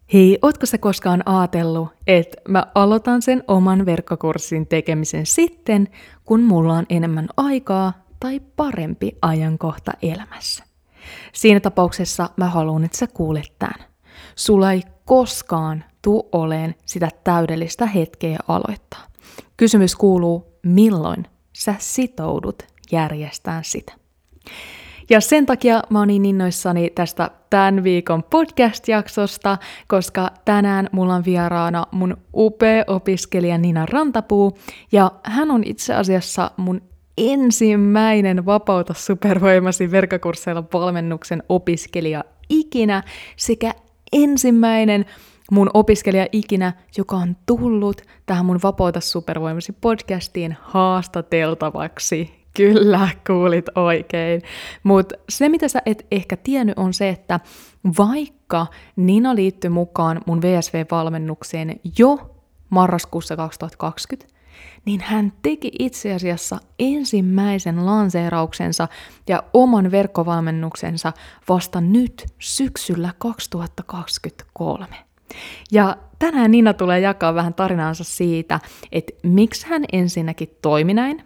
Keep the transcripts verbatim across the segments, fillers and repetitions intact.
Hei, ootko sä koskaan ajatellut, että mä aloitan sen oman verkkokurssin tekemisen sitten, kun mulla on enemmän aikaa tai parempi ajankohta elämässä? Siinä tapauksessa mä haluan, että sä kuulet tän. Sulla ei koskaan tuu oleen sitä täydellistä hetkeä aloittaa. Kysymys kuuluu, milloin sä sitoudut järjestään sitä? Ja sen takia mä oon niin innoissani tästä tämän viikon podcast-jaksosta, koska tänään mulla on vieraana mun upea opiskelija Nina Rantapuu, ja hän on itse asiassa mun ensimmäinen Vapauta supervoimasi verkkokursseilla valmennuksen opiskelija ikinä, sekä ensimmäinen mun opiskelija ikinä, joka on tullut tähän mun Vapauta supervoimasi podcastiin haastateltavaksi. Kyllä, kuulit oikein. Mutta se, mitä sä et ehkä tiennyt, on se, että vaikka Nina liittyi mukaan mun V S V-valmennukseen jo marraskuussa kaksituhattakaksikymmentä, niin hän teki itse asiassa ensimmäisen lanseerauksensa ja oman verkkovalmennuksensa vasta nyt syksyllä kaksituhattakaksikymmentäkolme. Ja tänään Nina tulee jakaa vähän tarinaansa siitä, että miksi hän ensinnäkin toimi näin,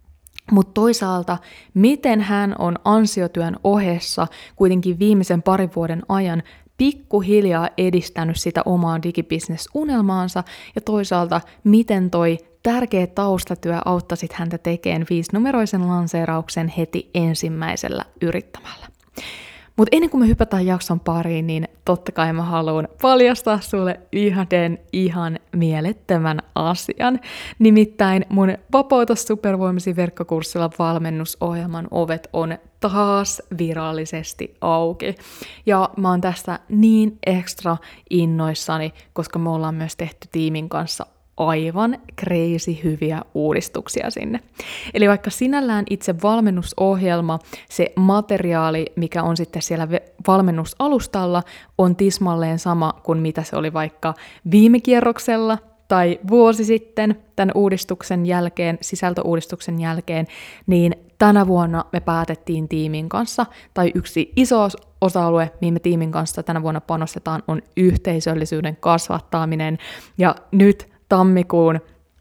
mutta toisaalta, miten hän on ansiotyön ohessa kuitenkin viimeisen parin vuoden ajan pikkuhiljaa edistänyt sitä omaa digibisnesunelmaansa, ja toisaalta, miten toi tärkeä taustatyö auttaisit häntä tekemään viisinumeroisen lanseerauksen heti ensimmäisellä yrittämällä. Mutta ennen kuin me hypätään jakson pariin, niin totta kai mä haluan paljastaa sulle yhden ihan mielettömän asian. Nimittäin mun Vapauta supervoimasi verkkokurssilla valmennusohjelman ovet on taas virallisesti auki. Ja mä oon tästä niin ekstra innoissani, koska me ollaan myös tehty tiimin kanssa aivan crazy hyviä uudistuksia sinne. Eli vaikka sinällään itse valmennusohjelma, se materiaali, mikä on sitten siellä valmennusalustalla, on tismalleen sama kuin mitä se oli vaikka viime kierroksella tai vuosi sitten tämän uudistuksen jälkeen, sisältöuudistuksen jälkeen, niin tänä vuonna me päätettiin tiimin kanssa, tai yksi iso osa-alue, mihin me tiimin kanssa tänä vuonna panostetaan, on yhteisöllisyyden kasvattaminen, ja nyt tammikuun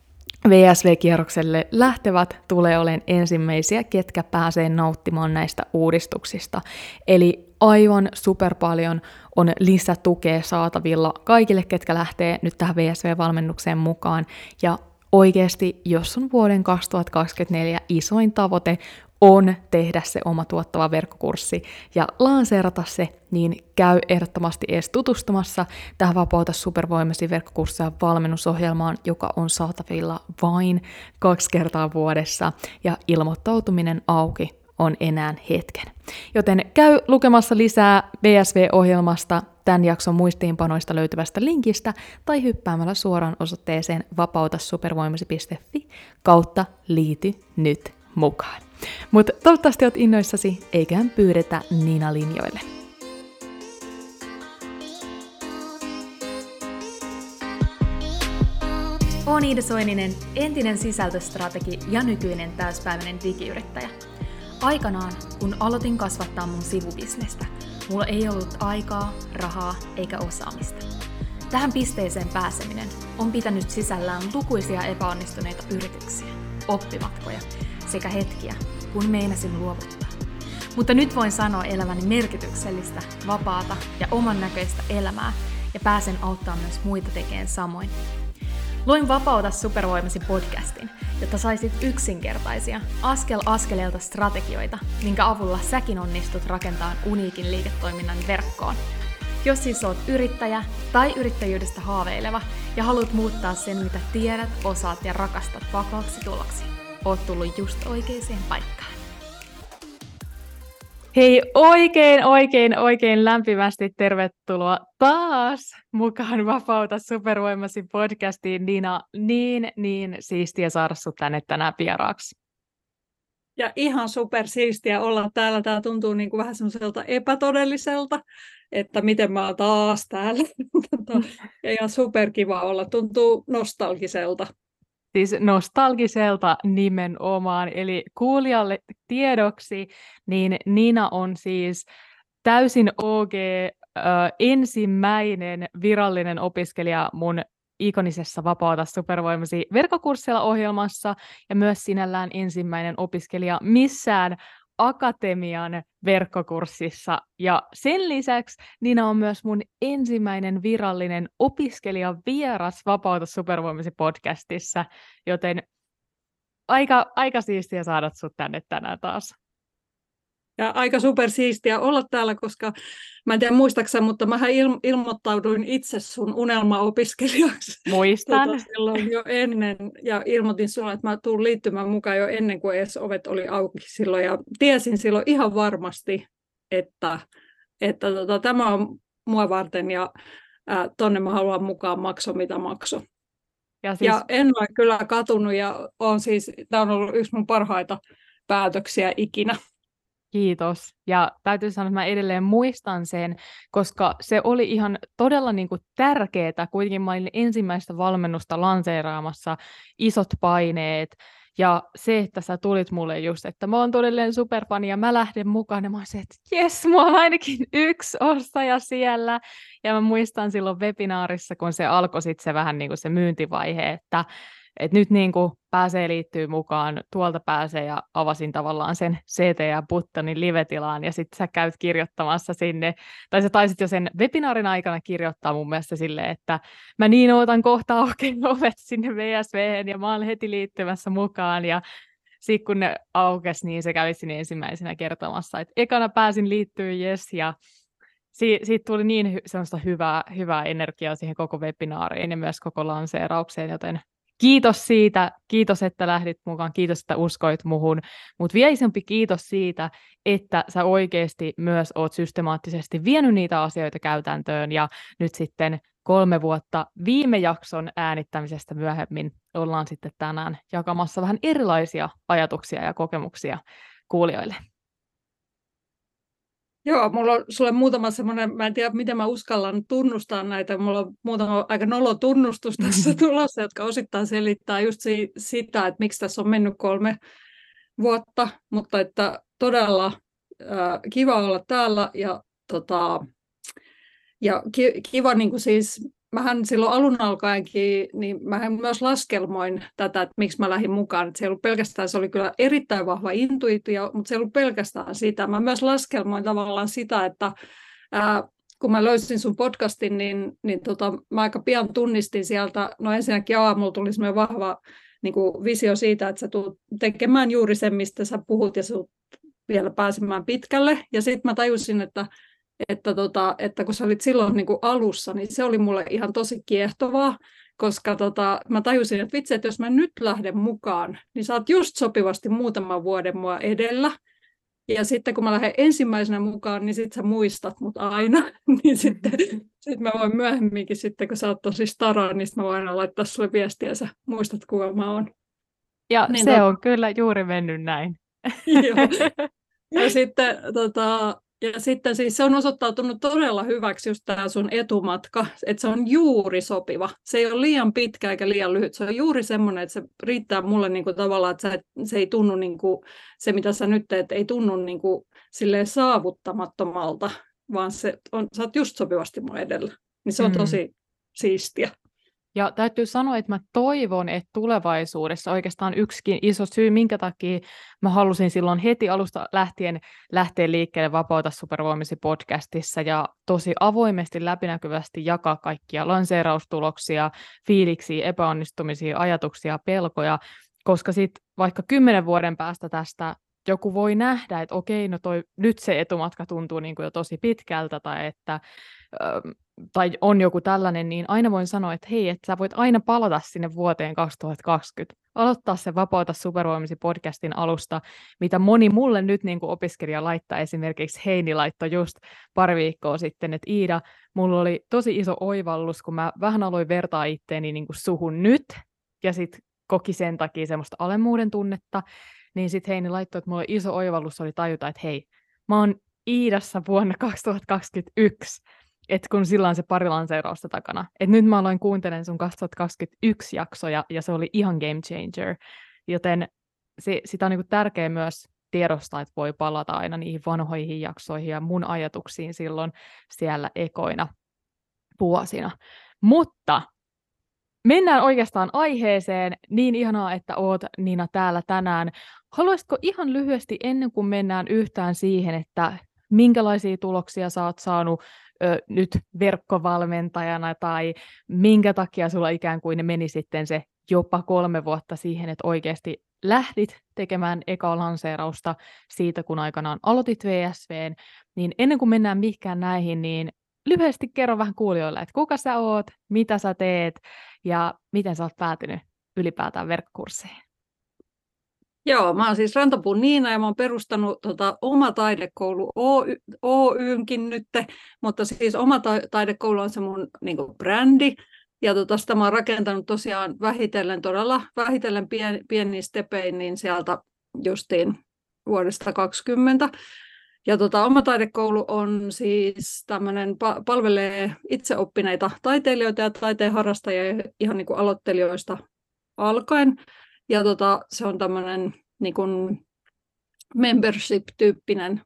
V S V-kierrokselle lähtevät tulee olemaan ensimmäisiä, ketkä pääsee nauttimaan näistä uudistuksista. Eli aivan super paljon on lisätukea saatavilla kaikille, ketkä lähtee nyt tähän V S V-valmennukseen mukaan. Ja oikeasti, jos on vuoden kaksituhattakaksikymmentäneljä isoin tavoite on tehdä se oma tuottava verkkokurssi ja lanseerata se, niin käy ehdottomasti edes tutustumassa tähän Vapauta supervoimasi verkkokurssia valmennusohjelmaan, joka on saatavilla vain kaksi kertaa vuodessa, ja ilmoittautuminen auki on enää hetken. Joten käy lukemassa lisää V S V-ohjelmasta tämän jakson muistiinpanoista löytyvästä linkistä tai hyppäämällä suoraan osoitteeseen vapautasupervoimasi piste fi kautta liity nyt mukaan. Mutta toivottavasti oot innoissasi, eiköhän pyydetä Nina linjoille. Oon Iida Soininen, entinen sisältöstrategi ja nykyinen täyspäiväinen digiyrittäjä. Aikanaan, kun aloitin kasvattaa mun sivubisnestä, mulla ei ollut aikaa, rahaa eikä osaamista. Tähän pisteeseen pääseminen on pitänyt sisällään lukuisia epäonnistuneita yrityksiä, oppimatkoja sekä hetkiä, kun meinasin luovuttaa. Mutta nyt voin sanoa eläväni merkityksellistä, vapaata ja oman näköistä elämää, ja pääsen auttaa myös muita tekemään samoin. Luin Vapauta supervoimasi podcastin, jotta saisit yksinkertaisia, askel askeleelta strategioita, minkä avulla säkin onnistut rakentamaan uniikin liiketoiminnan verkkoon. Jos siis oot yrittäjä tai yrittäjyydestä haaveileva ja haluat muuttaa sen, mitä tiedät, osaat ja rakastat vakaaksi tuloksi, oot tullut just oikeaan paikkaan. Hei, oikein, oikein, oikein lämpimästi tervetuloa taas mukaan Vapauta supervoimasi podcastiin, Nina. Niin, niin siistiä saada sut tänne tänään vieraaksi. Ja ihan super siistiä olla täällä. Tämä tuntuu niin kuin vähän semmoiselta epätodelliselta, että miten mä oon taas täällä. Ja ihan superkiva olla. Tuntuu nostalgiselta. Siis nostalgiselta nimenomaan, eli kuulijalle tiedoksi, niin Nina on siis täysin O G ö, ensimmäinen virallinen opiskelija mun ikonisessa Vapauta supervoimasi verkkokurssilla ohjelmassa ja myös sinällään ensimmäinen opiskelija missään akatemian verkkokurssissa. Ja sen lisäksi Nina on myös mun ensimmäinen virallinen opiskelija vieras Vapauta supervoimasi podcastissa, joten aika, aika siistiä saada sut tänne tänään taas. Ja aika supersiistiä olla täällä, koska mä en tiedä muistaakseni, mutta mähän il- ilmoittauduin itse sun unelmaopiskelijaksi. Muistan. Tota, silloin jo ennen, ja ilmoitin sulle, että mä tuun liittymään mukaan jo ennen kuin edes ovet oli auki silloin. Ja tiesin silloin ihan varmasti, että, että tota, tämä on mua varten ja ää, tonne mä haluan mukaan makso mitä makso. Ja, siis... ja en ole kyllä katunut ja on siis, tämä on ollut yksi mun parhaita päätöksiä ikinä. Kiitos. Ja täytyy sanoa, että mä edelleen muistan sen, koska se oli ihan todella niin kuin tärkeää. Kuitenkin mä olin ensimmäistä valmennusta lanseeraamassa, isot paineet. Ja se, että sä tulit mulle just, että mä oon todellinen superfani ja mä lähden mukaan. Ja mä olisin, että jes, mulla on ainakin yksi ostaja siellä. Ja mä muistan silloin webinaarissa, kun se alkoi sitten se vähän niin kuin se myyntivaihe, että että nyt niin kuin pääsee liittyy mukaan, tuolta pääsee ja avasin tavallaan sen C T A-buttonin live-tilaan ja sitten sä käyt kirjoittamassa sinne, tai sä taisit jo sen webinaarin aikana kirjoittaa mun mielestä silleen, että mä niin ootan kohta aukein ovet sinne V S V:hen ja mä oon heti liittymässä mukaan ja sitten kun ne aukesi, niin se kävi sinne ensimmäisenä kertomassa, että ekana pääsin liittyä, jes, ja Si- siitä tuli niin hy- sellaista hyvää, hyvää energiaa siihen koko webinaariin ja myös koko lanseeraukseen, joten kiitos siitä, kiitos, että lähdit mukaan, kiitos, että uskoit muhun, mutta vielä isompi kiitos siitä, että sä oikeasti myös oot systemaattisesti vienyt niitä asioita käytäntöön ja nyt sitten kolme vuotta viime jakson äänittämisestä myöhemmin ollaan sitten tänään jakamassa vähän erilaisia ajatuksia ja kokemuksia kuulijoille. Joo, mulla on sulle muutama semmoinen, mä en tiedä miten mä uskallan tunnustaa näitä, mulla on muutama aika nolo tunnustus tässä tulossa, jotka osittain selittää just si- sitä, että miksi tässä on mennyt kolme vuotta, mutta että todella äh, kiva olla täällä ja, tota, ja ki- kiva niin kuin siis, mähän silloin alun alkaenkin, niin mähän myös laskelmoin tätä, että miksi mä lähdin mukaan. Että se ei ollut pelkästään, se oli kyllä erittäin vahva intuitio, mutta se ei ollut pelkästään sitä. Mä myös laskelmoin tavallaan sitä, että ää, kun mä löysin sun podcastin, niin, niin tota, mä aika pian tunnistin sieltä, no ensinnäkin aamulla tuli semmoinen vahva niin kuin visio siitä, että sä tulet tekemään juuri sen, mistä sä puhut, ja sä tulet vielä pääsemään pitkälle. Ja sitten mä tajusin, että Että, tota, että kun sä olit silloin niin kuin alussa, niin se oli mulle ihan tosi kiehtovaa, koska tota, mä tajusin, että vitsi, että jos mä nyt lähden mukaan, niin sä oot just sopivasti muutaman vuoden mua edellä. Ja sitten kun mä lähden ensimmäisenä mukaan, niin sit sä muistat mut aina. niin sitten sit mä voin myöhemminkin, sitten, kun sä oot tosi stara, niin mä voin aina laittaa sulle viestiä ja sä muistat, kuka mä oon. Ja niin se tot... on kyllä juuri mennyt näin. Joo. Ja sitten... Tota, Ja sitten siis se on osoittautunut todella hyväksi just tämä sun etumatka, että se on juuri sopiva. Se ei ole liian pitkä eikä liian lyhyt. Se on juuri semmoinen, että se riittää mulle niinku tavallaan, että se ei tunnu niinku, se, mitä sä nyt teet, ei tunnu niinku silleen saavuttamattomalta, vaan se on, sä oot just sopivasti mun edellä. Niin se on tosi mm. siistiä. Ja täytyy sanoa, että mä toivon, että tulevaisuudessa oikeastaan yksikin iso syy, minkä takia mä halusin silloin heti alusta lähtien lähteä liikkeelle Vapauta supervoimasi podcastissa ja tosi avoimesti, läpinäkyvästi jakaa kaikkia lanseeraustuloksia, fiiliksiä, epäonnistumisia, ajatuksia, pelkoja, koska sitten vaikka kymmenen vuoden päästä tästä joku voi nähdä, että okei, no toi, nyt se etumatka tuntuu niin kuin jo tosi pitkältä tai että tai on joku tällainen, niin aina voin sanoa, että hei, että sä voit aina palata sinne vuoteen kaksituhattakaksikymmentä. Aloittaa se Vapauta supervoimasi podcastin alusta, mitä moni mulle nyt niin kuin opiskelija laittaa. Esimerkiksi Heini laittoi just pari viikkoa sitten, että Iida, mulla oli tosi iso oivallus, kun mä vähän aloin vertaa itteeni niin kuin suhun nyt, ja sitten koki sen takia semmoista alemmuuden tunnetta, niin sitten Heini laittoi, että mulla oli iso oivallus oli tajuta, että hei, mä oon Iidassa vuonna kaksituhattakaksikymmentäyksi, että kun sillä on se pari lanseerausta takana. Et nyt mä aloin kuuntelemaan sun kaksituhattakaksikymmentäyksi jaksoja, ja se oli ihan game changer. Joten se, sitä on niinku tärkeää myös tiedostaa, että voi palata aina niihin vanhoihin jaksoihin ja mun ajatuksiin silloin siellä ekoina vuosina. Mutta mennään oikeastaan aiheeseen. Niin ihanaa, että oot Niina täällä tänään. Haluaisitko ihan lyhyesti ennen kuin mennään yhtään siihen, että minkälaisia tuloksia sä oot saanut ö, nyt verkkovalmentajana tai minkä takia sulla ikään kuin meni sitten se jopa kolme vuotta siihen, että oikeasti lähdit tekemään ekaa lanseerausta siitä, kun aikanaan aloitit V S V:n, niin ennen kuin mennään mihinkään näihin, niin lyhyesti kerro vähän kuulijoille, että kuka sä oot, mitä sä teet ja miten sä oot päätynyt ylipäätään verkkokursseihin. Joo, mä oon siis Rantapuun Niina ja mä oon perustanut tota, Oma taidekoulu Oy, Oynkin nyt, mutta siis Oma taidekoulu on se mun niinku, brändi. Ja tota, sitä mä oon rakentanut tosiaan vähitellen, todella vähitellen pien, pieniin stepein, niin sieltä justiin vuodesta kaksikymmentä. Ja tota, Oma taidekoulu on siis tämmöinen, pa- palvelee itseoppineita taiteilijoita ja taiteen harrastajia ihan niin kuin aloittelijoista alkaen. Ja tota, se on tämmöinen niin kuin membership-tyyppinen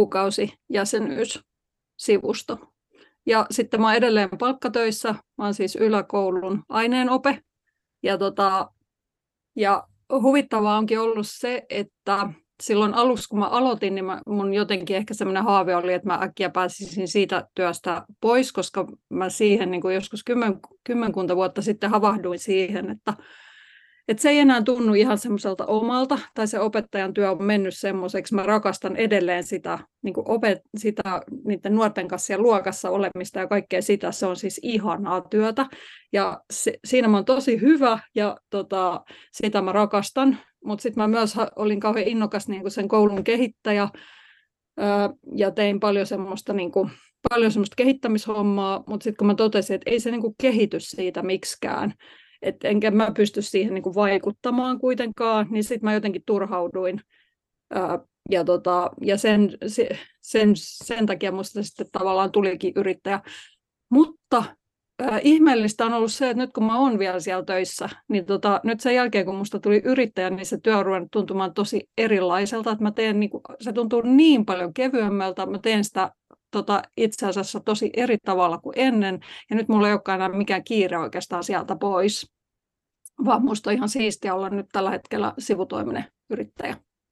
kuukausijäsenyyssivusto. Ja sitten mä oon edelleen palkkatöissä, mä oon siis yläkoulun aineenope. Ja, tota, ja huvittavaa onkin ollut se, että silloin aluksi kun mä aloitin, niin mä, mun jotenkin ehkä semmoinen haave oli, että mä äkkiä pääsisin siitä työstä pois, koska mä siihen niin kuin joskus kymmen, kymmenkunta vuotta sitten havahduin siihen, että Että se ei enää tunnu ihan semmoiselta omalta, tai se opettajan työ on mennyt semmoiseksi. Mä rakastan edelleen sitä, niin kuin opet, sitä niiden nuorten kanssa ja luokassa olemista ja kaikkea sitä. Se on siis ihanaa työtä. Ja se, siinä mä oon tosi hyvä ja tota, sitä mä rakastan. Mutta sitten mä myös olin kauhean innokas niin kuin sen koulun kehittäjä ää, ja tein paljon semmoista, niin kuin, paljon semmoista kehittämishommaa. Mutta sitten kun mä totesin, että ei se niin kuin kehity siitä miksikään, että enkä mä pysty siihen niin kuin vaikuttamaan kuitenkaan, niin sitten mä jotenkin turhauduin. Ää, ja tota, ja sen, sen, sen takia musta sitten tavallaan tulikin yrittäjä. Mutta ää, ihmeellistä on ollut se, että nyt kun mä oon vielä siellä töissä, niin tota, nyt sen jälkeen kun musta tuli yrittäjä, niin se työ on ruvennut tuntumaan tosi erilaiselta. Että mä teen, niin kuin, se tuntuu niin paljon kevyemmältä, mä teen sitä tota, itse asiassa tosi eri tavalla kuin ennen. Ja nyt mulla ei olekaan enää mikään kiire oikeastaan sieltä pois, vaan musta on ihan siistiä olla nyt tällä hetkellä sivutoiminen yrittäjä.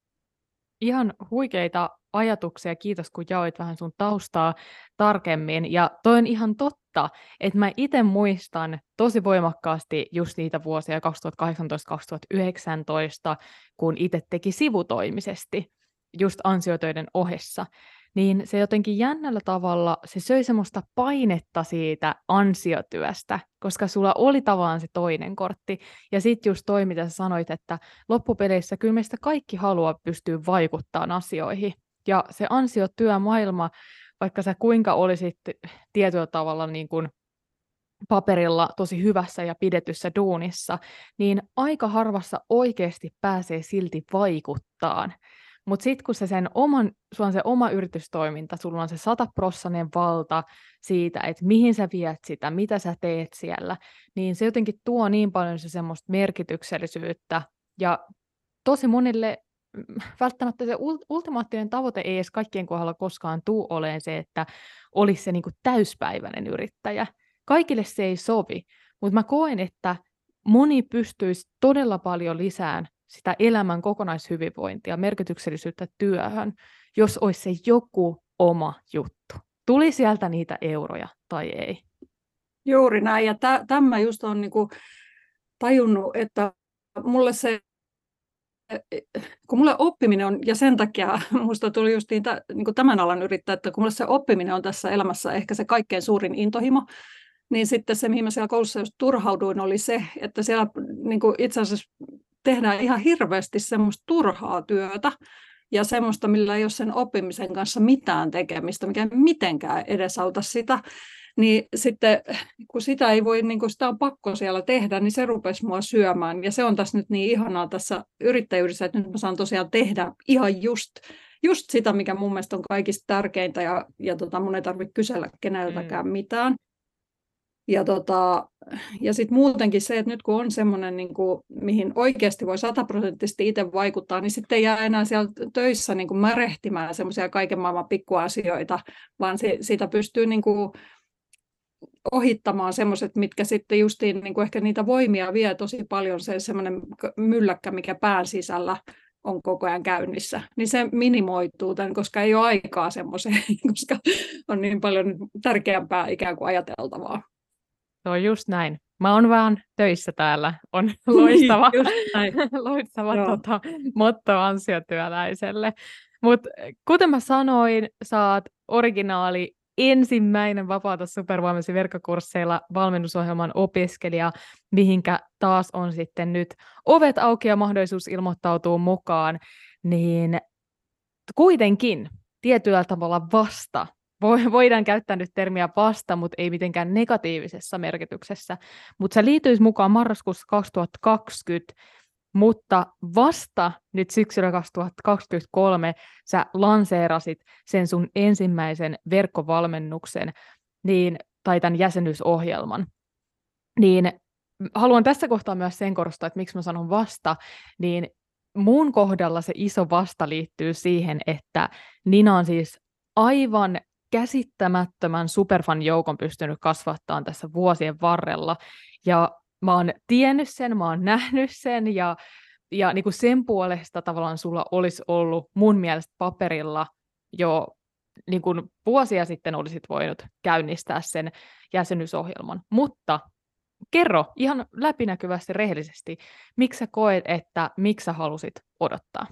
Ihan huikeita ajatuksia, kiitos kun jaoit vähän sun taustaa tarkemmin. Ja toi on ihan totta, että mä itse muistan tosi voimakkaasti just niitä vuosia kaksituhattakahdeksantoista kaksituhattayhdeksäntoista, kun itse teki sivutoimisesti just ansiotöiden ohessa. Niin se jotenkin jännällä tavalla, se söi semmoista painetta siitä ansiotyöstä, koska sulla oli tavallaan se toinen kortti. Ja sitten just toi, mitä sä sanoit, että loppupeleissä kyllä meistä kaikki haluaa pystyä vaikuttamaan asioihin. Ja se ansiotyömaailma, vaikka sä kuinka olisit tietyllä tavalla niin kuin paperilla tosi hyvässä ja pidetyssä duunissa, niin aika harvassa oikeasti pääsee silti vaikuttaan. Mutta sitten kun se sen oman, sulla on se oma yritystoiminta, sulla on se sataprossainen valta siitä, että mihin sä viet sitä, mitä sä teet siellä, niin se jotenkin tuo niin paljon se semmoista merkityksellisyyttä. Ja tosi monille välttämättä se ultimaattinen tavoite ei edes kaikkien kohdalla koskaan tuu oleen se, että olisi se niinku täyspäiväinen yrittäjä. Kaikille se ei sovi, mutta mä koen, että moni pystyisi todella paljon lisään sitä elämän kokonaishyvinvointia, merkityksellisyyttä työhön, jos olisi se joku oma juttu. Tuli sieltä niitä euroja tai ei. Juuri näin, ja tämä just on niinku tajunnut, että mulle se, kun mulle oppiminen on, ja sen takia musta tuli just niin, niin tämän alan yrittäjä, että kun mulle se oppiminen on tässä elämässä ehkä se kaikkein suurin intohimo, niin sitten se, mihin mä siellä koulussa just turhauduin, oli se, että siellä niin kuin itse asiassa tehdään ihan hirveästi semmoista turhaa työtä ja semmoista, millä ei ole sen oppimisen kanssa mitään tekemistä, mikä ei mitenkään edesauta sitä. Niin sitten kun sitä ei voi, niin kun sitä on pakko siellä tehdä, niin se rupesi mua syömään. Ja se on tässä nyt niin ihanaa tässä yrittäjyydessä, että nyt mä saan tosiaan tehdä ihan just, just sitä, mikä mun mielestä on kaikista tärkeintä ja, ja tota, mun ei tarvitse kysellä keneltäkään mm. mitään. Ja, tota, ja sitten muutenkin se, että nyt kun on semmoinen, niin kuin, mihin oikeasti voi sataprosenttisesti itse vaikuttaa, niin sitten ei jää enää siellä töissä niin kuin märehtimään semmoisia kaiken maailman pikkuasioita, vaan se, siitä pystyy niin kuin, ohittamaan semmoiset, mitkä sitten justiin niin kuin ehkä niitä voimia vie tosi paljon, se semmoinen mylläkkä, mikä pään sisällä on koko ajan käynnissä, niin se minimoituu tämän, koska ei ole aikaa semmoiseen, koska on niin paljon tärkeämpää ikään kuin ajateltavaa. Se on just näin. Mä oon vaan töissä täällä. On Niin, loistava, just näin. loistava Joo. tota, motto ansiotyöläiselle. Mutta kuten mä sanoin, sä oot originaali ensimmäinen Vapaata supervoimasi verkkokursseilla valmennusohjelman opiskelija, mihinkä taas on sitten nyt ovet auki ja mahdollisuus ilmoittautua mukaan, niin kuitenkin tietyllä tavalla vasta. Voidaan käyttää nyt termiä vasta, mutta ei mitenkään negatiivisessa merkityksessä. Mutta sä liityis mukaan marraskuussa kaksituhattakaksikymmentä, mutta vasta nyt syksyllä kaksituhattakaksikymmentäkolme sä lanseerasit sen sun ensimmäisen verkkovalmennuksen niin, tai tämän jäsenyysohjelman. Niin haluan tässä kohtaa myös sen korostaa, että miksi mä sanon vasta, niin mun kohdalla se iso vasta liittyy siihen, että Nina on siis aivan käsittämättömän superfan-joukon pystynyt kasvattamaan tässä vuosien varrella. Ja mä oon tiennyt sen, mä oon nähnyt sen, ja, ja niin kuin sen puolesta tavallaan sulla olisi ollut mun mielestä paperilla jo niin kuin vuosia sitten olisit voinut käynnistää sen jäsenyysohjelman. Mutta kerro ihan läpinäkyvästi, rehellisesti, miksi sä koet, että miksi sä halusit odottaa?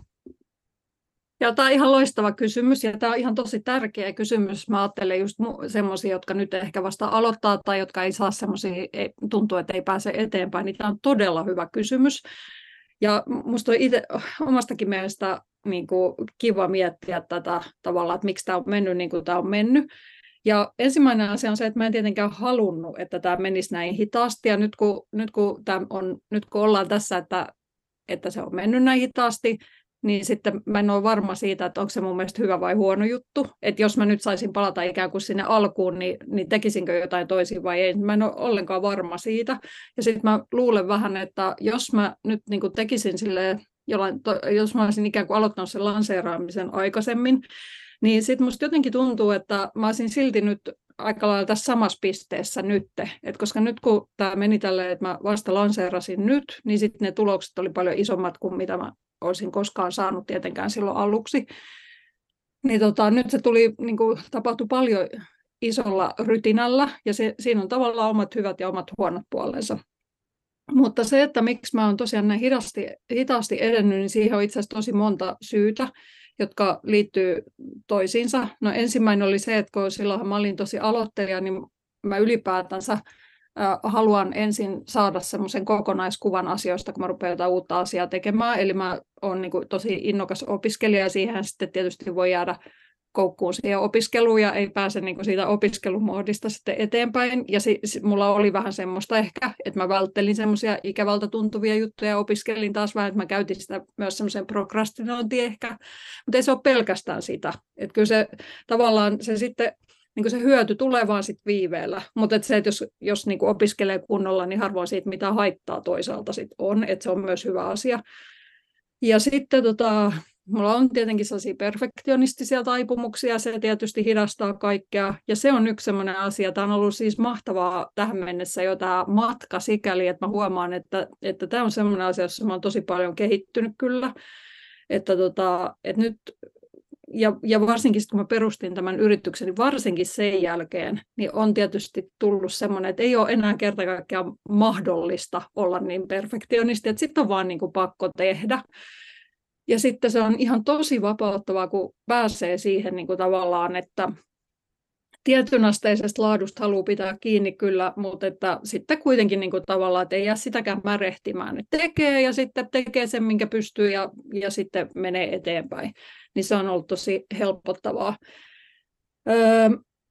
Ja tämä on ihan loistava kysymys ja tämä on ihan tosi tärkeä kysymys. Mä ajattelen just semmoisia, jotka nyt ehkä vasta aloittaa tai jotka ei saa semmoisia, tuntuu, että ei pääse eteenpäin, niin tämä on todella hyvä kysymys. Ja musta on itse omastakin mielestä niin kuin kiva miettiä tätä tavallaan, että miksi tämä on mennyt niin kuin tämä on mennyt. Ja ensimmäinen asia on se, että mä en tietenkään halunnut, että tämä menisi näin hitaasti. Ja nyt kun, nyt kun, tämä on, nyt kun ollaan tässä, että, että se on mennyt näin hitaasti, niin sitten mä en ole varma siitä, että onko se mun mielestä hyvä vai huono juttu. Että jos mä nyt saisin palata ikään kuin sinne alkuun, niin, niin tekisinkö jotain toisin vai ei. Mä en ole ollenkaan varma siitä. Ja sitten mä luulen vähän, että jos mä nyt niin kuin tekisin silleen, jollain, jos mä olisin ikään kuin aloittanut sen lanseeraamisen aikaisemmin, niin sitten musta jotenkin tuntuu, että mä olisin silti nyt aika lailla tässä samassa pisteessä nyt. Et koska nyt kun tämä meni tälleen, että mä vasta lanseerasin nyt, niin sitten ne tulokset oli paljon isommat kuin mitä mä olisin koskaan saanut tietenkään silloin aluksi. Niin tota, nyt se tuli, niin kuin, tapahtui paljon isolla rytinällä, ja se, siinä on tavallaan omat hyvät ja omat huonot puolensa. Mutta se, että miksi mä oon tosiaan näin hitaasti, hitaasti edennyt, niin siihen on itse asiassa tosi monta syytä, jotka liittyy toisiinsa. No ensimmäinen oli se, että kun silloinhan mä olin tosi aloittelija, niin mä ylipäätänsä äh, haluan ensin saada semmoisen kokonaiskuvan asioista, kun mä rupean jotain uutta asiaa tekemään. Eli mä oon niin kuin tosi innokas opiskelija, ja siihen sitten tietysti voi jäädä koukkuun siihen opiskeluun ja ei pääse niin kuin siitä opiskelumoodista sitten eteenpäin. Ja si- si- mulla oli vähän semmoista ehkä, että mä välttelin semmoisia ikävältä tuntuvia juttuja ja opiskelin taas vähän, että mä käytin sitä myös semmoiseen prokrastinointiin ehkä. Mutta ei se ole pelkästään sitä. Että kyllä se tavallaan se sitten, niin kuin se hyöty tulee vaan sitten viiveellä. Mutta et se, että jos, jos niin kuin opiskelee kunnolla, niin harvoin siitä mitä haittaa toisaalta sit on. Että se on myös hyvä asia. Ja sitten tota, mulla on tietenkin sellaisia perfektionistisia taipumuksia, se tietysti hidastaa kaikkea. Ja se on yksi sellainen asia, tämä on ollut siis mahtavaa tähän mennessä jo tämä matka sikäli, että mä huomaan, että, että tämä on sellainen asia, jossa mä oon tosi paljon kehittynyt kyllä. Että tota, että nyt, ja, ja varsinkin kun mä perustin tämän yrityksen, niin varsinkin sen jälkeen, niin on tietysti tullut semmoinen, että ei ole enää kerta kaikkiaan mahdollista olla niin perfektionisti, että sitten on vaan niin kuin pakko tehdä. Ja sitten se on ihan tosi vapauttavaa, kun pääsee siihen niin kuin tavallaan, että tietynasteisesta laadusta haluaa pitää kiinni kyllä, mutta että sitten kuitenkin niin kuin tavallaan, että ei jää sitäkään märehtimään. Että tekee ja sitten tekee sen, minkä pystyy ja, ja sitten menee eteenpäin. Niin se on ollut tosi helpottavaa. Öö,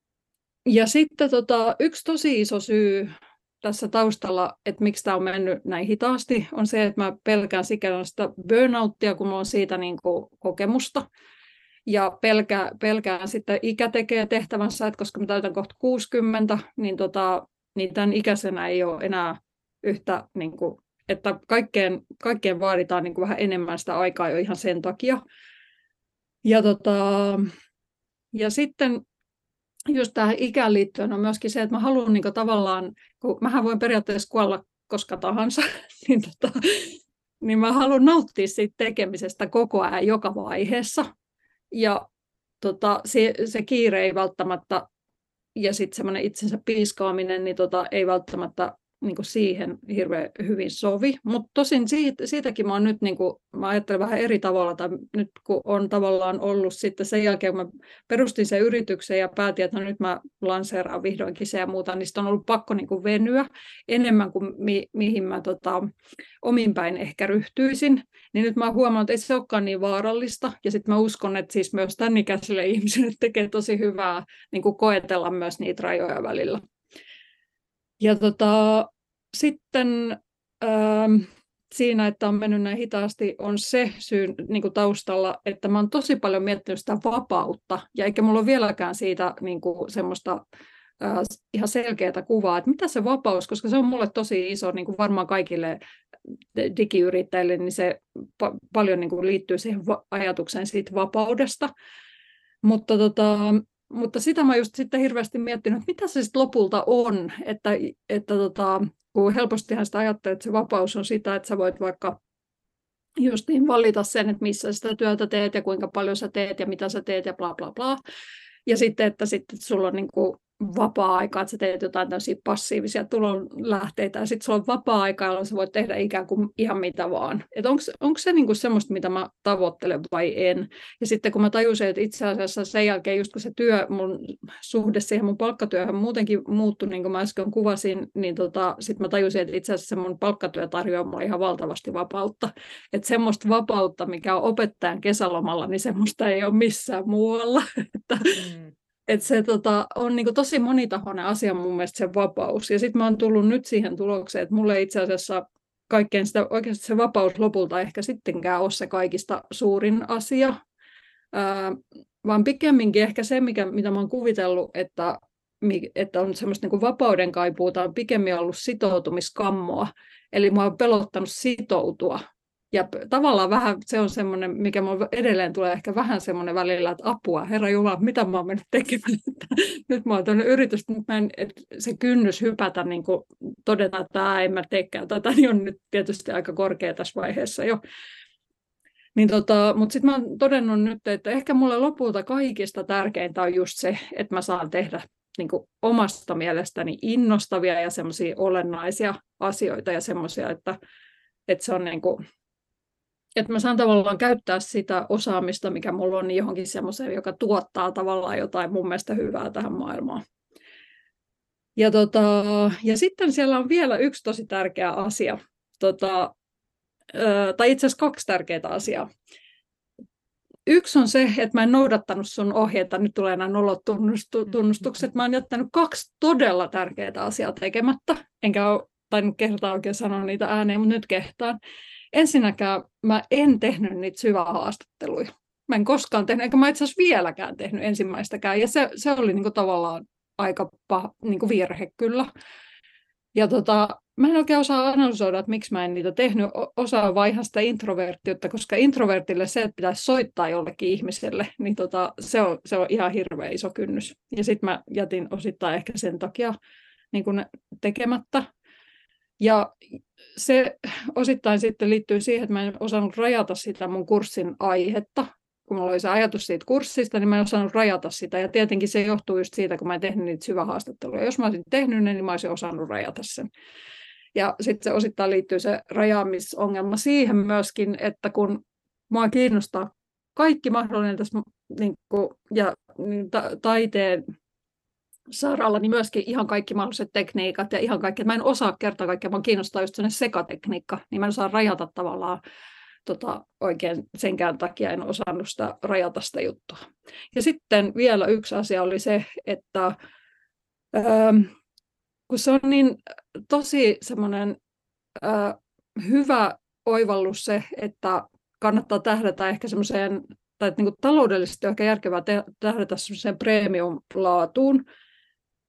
ja sitten tota, yksi tosi iso syy tässä taustalla, että miksi tämä on mennyt näin hitaasti, on se, että mä pelkään sikäli sitä burnouttia, kun mulla on siitä niin kuin kokemusta. Ja pelkään, pelkään sitten ikä tekee tehtävänsä, että koska mä täytän kohta kuusikymmentä, niin tota, niin tämän ikäisenä ei ole enää yhtä, niin kuin, että kaikkeen, kaikkeen vaaditaan niin kuin vähän enemmän sitä aikaa jo ihan sen takia. Ja, tota, ja sitten just tähän ikään liittyen on myöskin se, että mä haluan niin kuin tavallaan, kun mähän voin periaatteessa kuolla koska tahansa, niin, tota, niin mä haluan nauttia siitä tekemisestä koko ajan joka vaiheessa. Ja tota, se, se kiire ei välttämättä, ja sitten semmoinen itsensä piiskaaminen, niin tota, ei välttämättä niin kuin siihen hirveän hyvin sovi. Mutta tosin siitä, siitäkin mä, nyt, niin kuin, mä ajattelen vähän eri tavalla, tai nyt kun on tavallaan ollut sitten sen jälkeen, kun mä perustin sen yrityksen ja päätin, että no nyt mä lanseeraan vihdoinkin se ja muuta, niin on ollut pakko niin kuin venyä enemmän kuin mi, mihin mä tota, omin päin ehkä ryhtyisin. Niin nyt mä oon huomannut, että ei se olekaan niin vaarallista. Ja sitten mä uskon, että siis myös tämän ikäisille ihmisille tekee tosi hyvää niin kuin koetella myös niitä rajoja välillä. Ja tota, sitten ähm, siinä, että on mennyt näin hitaasti, on se syy niin kuin taustalla, että mä oon tosi paljon miettinyt sitä vapautta, ja eikä mulla ole vieläkään siitä niin kuin semmoista äh, ihan selkeää kuvaa, että mitä se vapaus, koska se on mulle tosi iso, niin kuin varmaan kaikille digiyrittäjille, niin se pa- paljon niin kuin liittyy siihen va- ajatukseen siitä vapaudesta, mutta tota, Mutta sitä mä just sitten hirveästi miettinyt, että mitä se sitten lopulta on, että, että tota, kun helpostihan sitä ajattelee, että se vapaus on sitä, että sä voit vaikka just niin valita sen, että missä sitä työtä teet ja kuinka paljon sä teet ja mitä sä teet ja bla bla bla. Ja sitten, että sitten että sulla on niin kuin vapaa-aikaa, että sä teet jotain tämmöisiä passiivisia tulonlähteitä, ja sitten sulla on vapaa-aikaa, jolloin sä voit tehdä ikään kuin ihan mitä vaan. Että onko se niinku semmoista, mitä mä tavoittelen vai en? Ja sitten kun mä tajusin, että itse asiassa sen jälkeen, just kun se työ, mun suhde siihen mun palkkatyöhön muutenkin muuttui, niin kuin mä äsken kuvasin, niin tota, sitten mä tajusin, että itse asiassa se mun palkkatyö tarjoaa mulle ihan valtavasti vapautta. Että semmoista vapautta, mikä on opettajan kesälomalla, niin semmoista ei ole missään muualla. että mm. Että se tota, on niinku tosi monitahoinen asia mun mielestä se vapaus. Ja sitten mä oon tullut nyt siihen tulokseen, että mulle itse asiassa kaikkein sitä, oikeasti se vapaus lopulta ehkä sittenkään ole se kaikista suurin asia. Ää, vaan pikemminkin ehkä se, mikä, mitä mä oon kuvitellut, että, että on semmoista niinku vapauden kaipuuta, on pikemmin ollut sitoutumiskammoa. Eli mä oon pelottanut sitoutua. Ja tavallaan vähän se on semmoinen, mikä minulle edelleen tulee ehkä vähän semmoinen välillä, että apua, Herra Jumala, mitä mä oon mennyt tekemään. Nyt mä oon tämmöinen yritys, mutta en, että se kynnys hypätä, niin kuin todeta, että tämä en mä teekään tätä, niin on nyt tietysti aika korkea tässä vaiheessa jo. Niin tota, mutta sitten mä oon todennut nyt, että ehkä mulle lopulta kaikista tärkeintä on just se, että mä saan tehdä niin kuin omasta mielestäni innostavia ja semmoisia olennaisia asioita ja semmoisia, että, että se on niin kuin että mä saan tavallaan käyttää sitä osaamista, mikä mulla on, niin johonkin semmoiseen, joka tuottaa tavallaan jotain mun mielestä hyvää tähän maailmaan. Ja, tota, ja sitten siellä on vielä yksi tosi tärkeä asia, tota, tai itse asiassa kaksi tärkeää asiaa. Yksi on se, että mä en noudattanut sun ohjeita, nyt tulee nämä nolotunnustukset. Mä oon jättänyt kaksi todella tärkeää asiaa tekemättä, enkä ole tainnut kehtaa oikein sanoa niitä ääneen, mutta nyt kehtaan. Ensinnäkään mä en tehnyt niitä syvähaastatteluja. Mä en koskaan tehnyt, enkä mä itse asiassa vieläkään tehnyt ensimmäistäkään. Ja se, se oli niinku tavallaan aika paha, niinku virhe kyllä. Ja tota, mä en oikein osaa analysoida, että miksi mä en niitä tehnyt. Osa on vaan ihan sitä introverttiutta, koska introvertille se, että pitäisi soittaa jollekin ihmiselle, niin tota, se, on, se on ihan hirveän iso kynnys. Ja sitten mä jätin osittain ehkä sen takia niin kun tekemättä. Ja se osittain sitten liittyy siihen, että mä en osannut rajata sitä mun kurssin aihetta. Kun mulla oli se ajatus siitä kurssista, niin mä en osannut rajata sitä. Ja tietenkin se johtuu just siitä, kun mä en tehnyt niitä syvähaastatteluja. Jos mä olisin tehnyt ne, niin mä olisin osannut rajata sen. Ja sitten se osittain liittyy se rajaamisongelma siihen myöskin, että kun mua kiinnostaa kaikki mahdollinen tässä niin kuin, ja ta- taiteen saralla, niin myöskin ihan kaikki mahdolliset tekniikat ja ihan kaikki. Mä en osaa kertaa kaikkea, mä kiinnostaa just sellainen sekatekniikka, niin mä en osaa rajata tavallaan tota, oikein senkään takia en osannut sitä rajata sitä juttua. Ja sitten vielä yksi asia oli se, että ähm, kun se on niin tosi semmoinen äh, hyvä oivallus se, että kannattaa tähdätä ehkä semmoiseen, tai että niin kuin taloudellisesti on ehkä järkevää tähdätä semmoiseen premium-laatuun.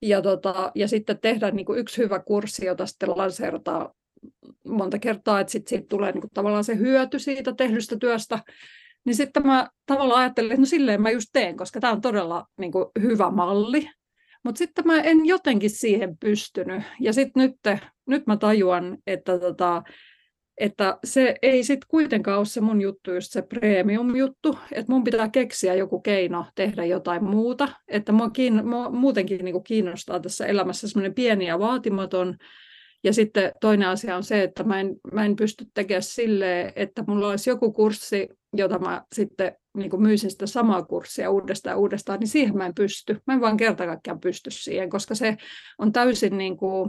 Ja, tota, ja sitten tehdä niin kuin yksi hyvä kurssi, jota sitten lanseerataan monta kertaa, että sitten siitä tulee niin kuin tavallaan se hyöty siitä tehdystä työstä. Niin sitten mä tavallaan ajattelin, että no silleen mä just teen, koska tämä on todella niin kuin hyvä malli. Mutta sitten mä en jotenkin siihen pystynyt. Ja sitten nyt, nyt mä tajuan, että, tota, että se ei sitten kuitenkaan ole se mun juttu, just se premium-juttu. Että mun pitää keksiä joku keino tehdä jotain muuta. Että mua, kiin, mua muutenkin niinku kiinnostaa tässä elämässä semmoinen pieni ja vaatimaton. Ja sitten toinen asia on se, että mä en, mä en pysty tekemään silleen, että mulla olisi joku kurssi, jota mä sitten niin kuin myisin sitä samaa kurssia uudestaan ja uudestaan, niin siihen mä en pysty. Mä en vaan kerta kaikkiaan pysty siihen, koska se on täysin niin kuin,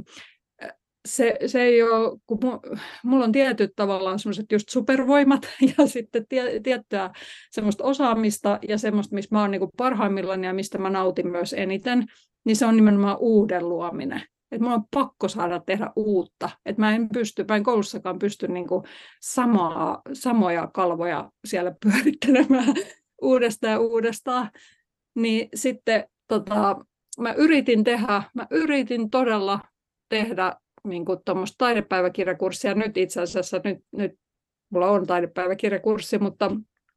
se, se ei ole, kun mulla on tietyt tavallaan semmoiset just supervoimat ja sitten tie, tiettyä semmoista osaamista ja semmoista, missä mä oon niin kuin parhaimmillaan ja mistä mä nautin myös eniten, niin se on nimenomaan uuden luominen. Että mulla on pakko saada tehdä uutta. Että mä en pysty, mä en koulussakaan pysty niinku samaa, samoja kalvoja siellä pyörittelemään uudestaan ja uudestaan. Niin sitten tota, mä yritin tehdä, mä yritin todella tehdä niinku tuommoista taidepäiväkirjakurssia. Nyt itse asiassa, nyt, nyt mulla on taidepäiväkirjakurssi, mutta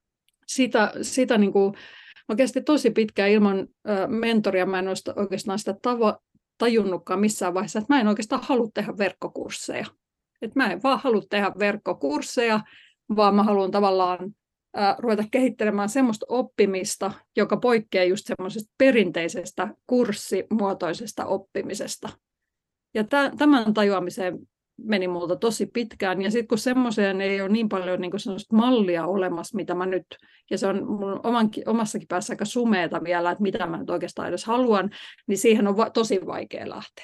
sitä, sitä niinku, mä kesti tosi pitkään ilman ö, mentoria. Mä en ole oikeastaan sitä tavo- tajunnutkaan missään vaiheessa, että mä en oikeastaan halua tehdä verkkokursseja. Että mä en vaan halua tehdä verkkokursseja, vaan mä haluan tavallaan ää, ruveta kehittelemään semmoista oppimista, joka poikkeaa just semmoisesta perinteisestä kurssimuotoisesta oppimisesta. Ja tämän tajuamiseen meni multa tosi pitkään, ja sitten kun semmoiseen ei ole niin paljon niin semmoista mallia olemassa, mitä mä nyt, ja se on mun omankin, omassakin päässä aika sumeeta vielä, että mitä mä nyt oikeastaan edes haluan, niin siihen on va- tosi vaikea lähteä.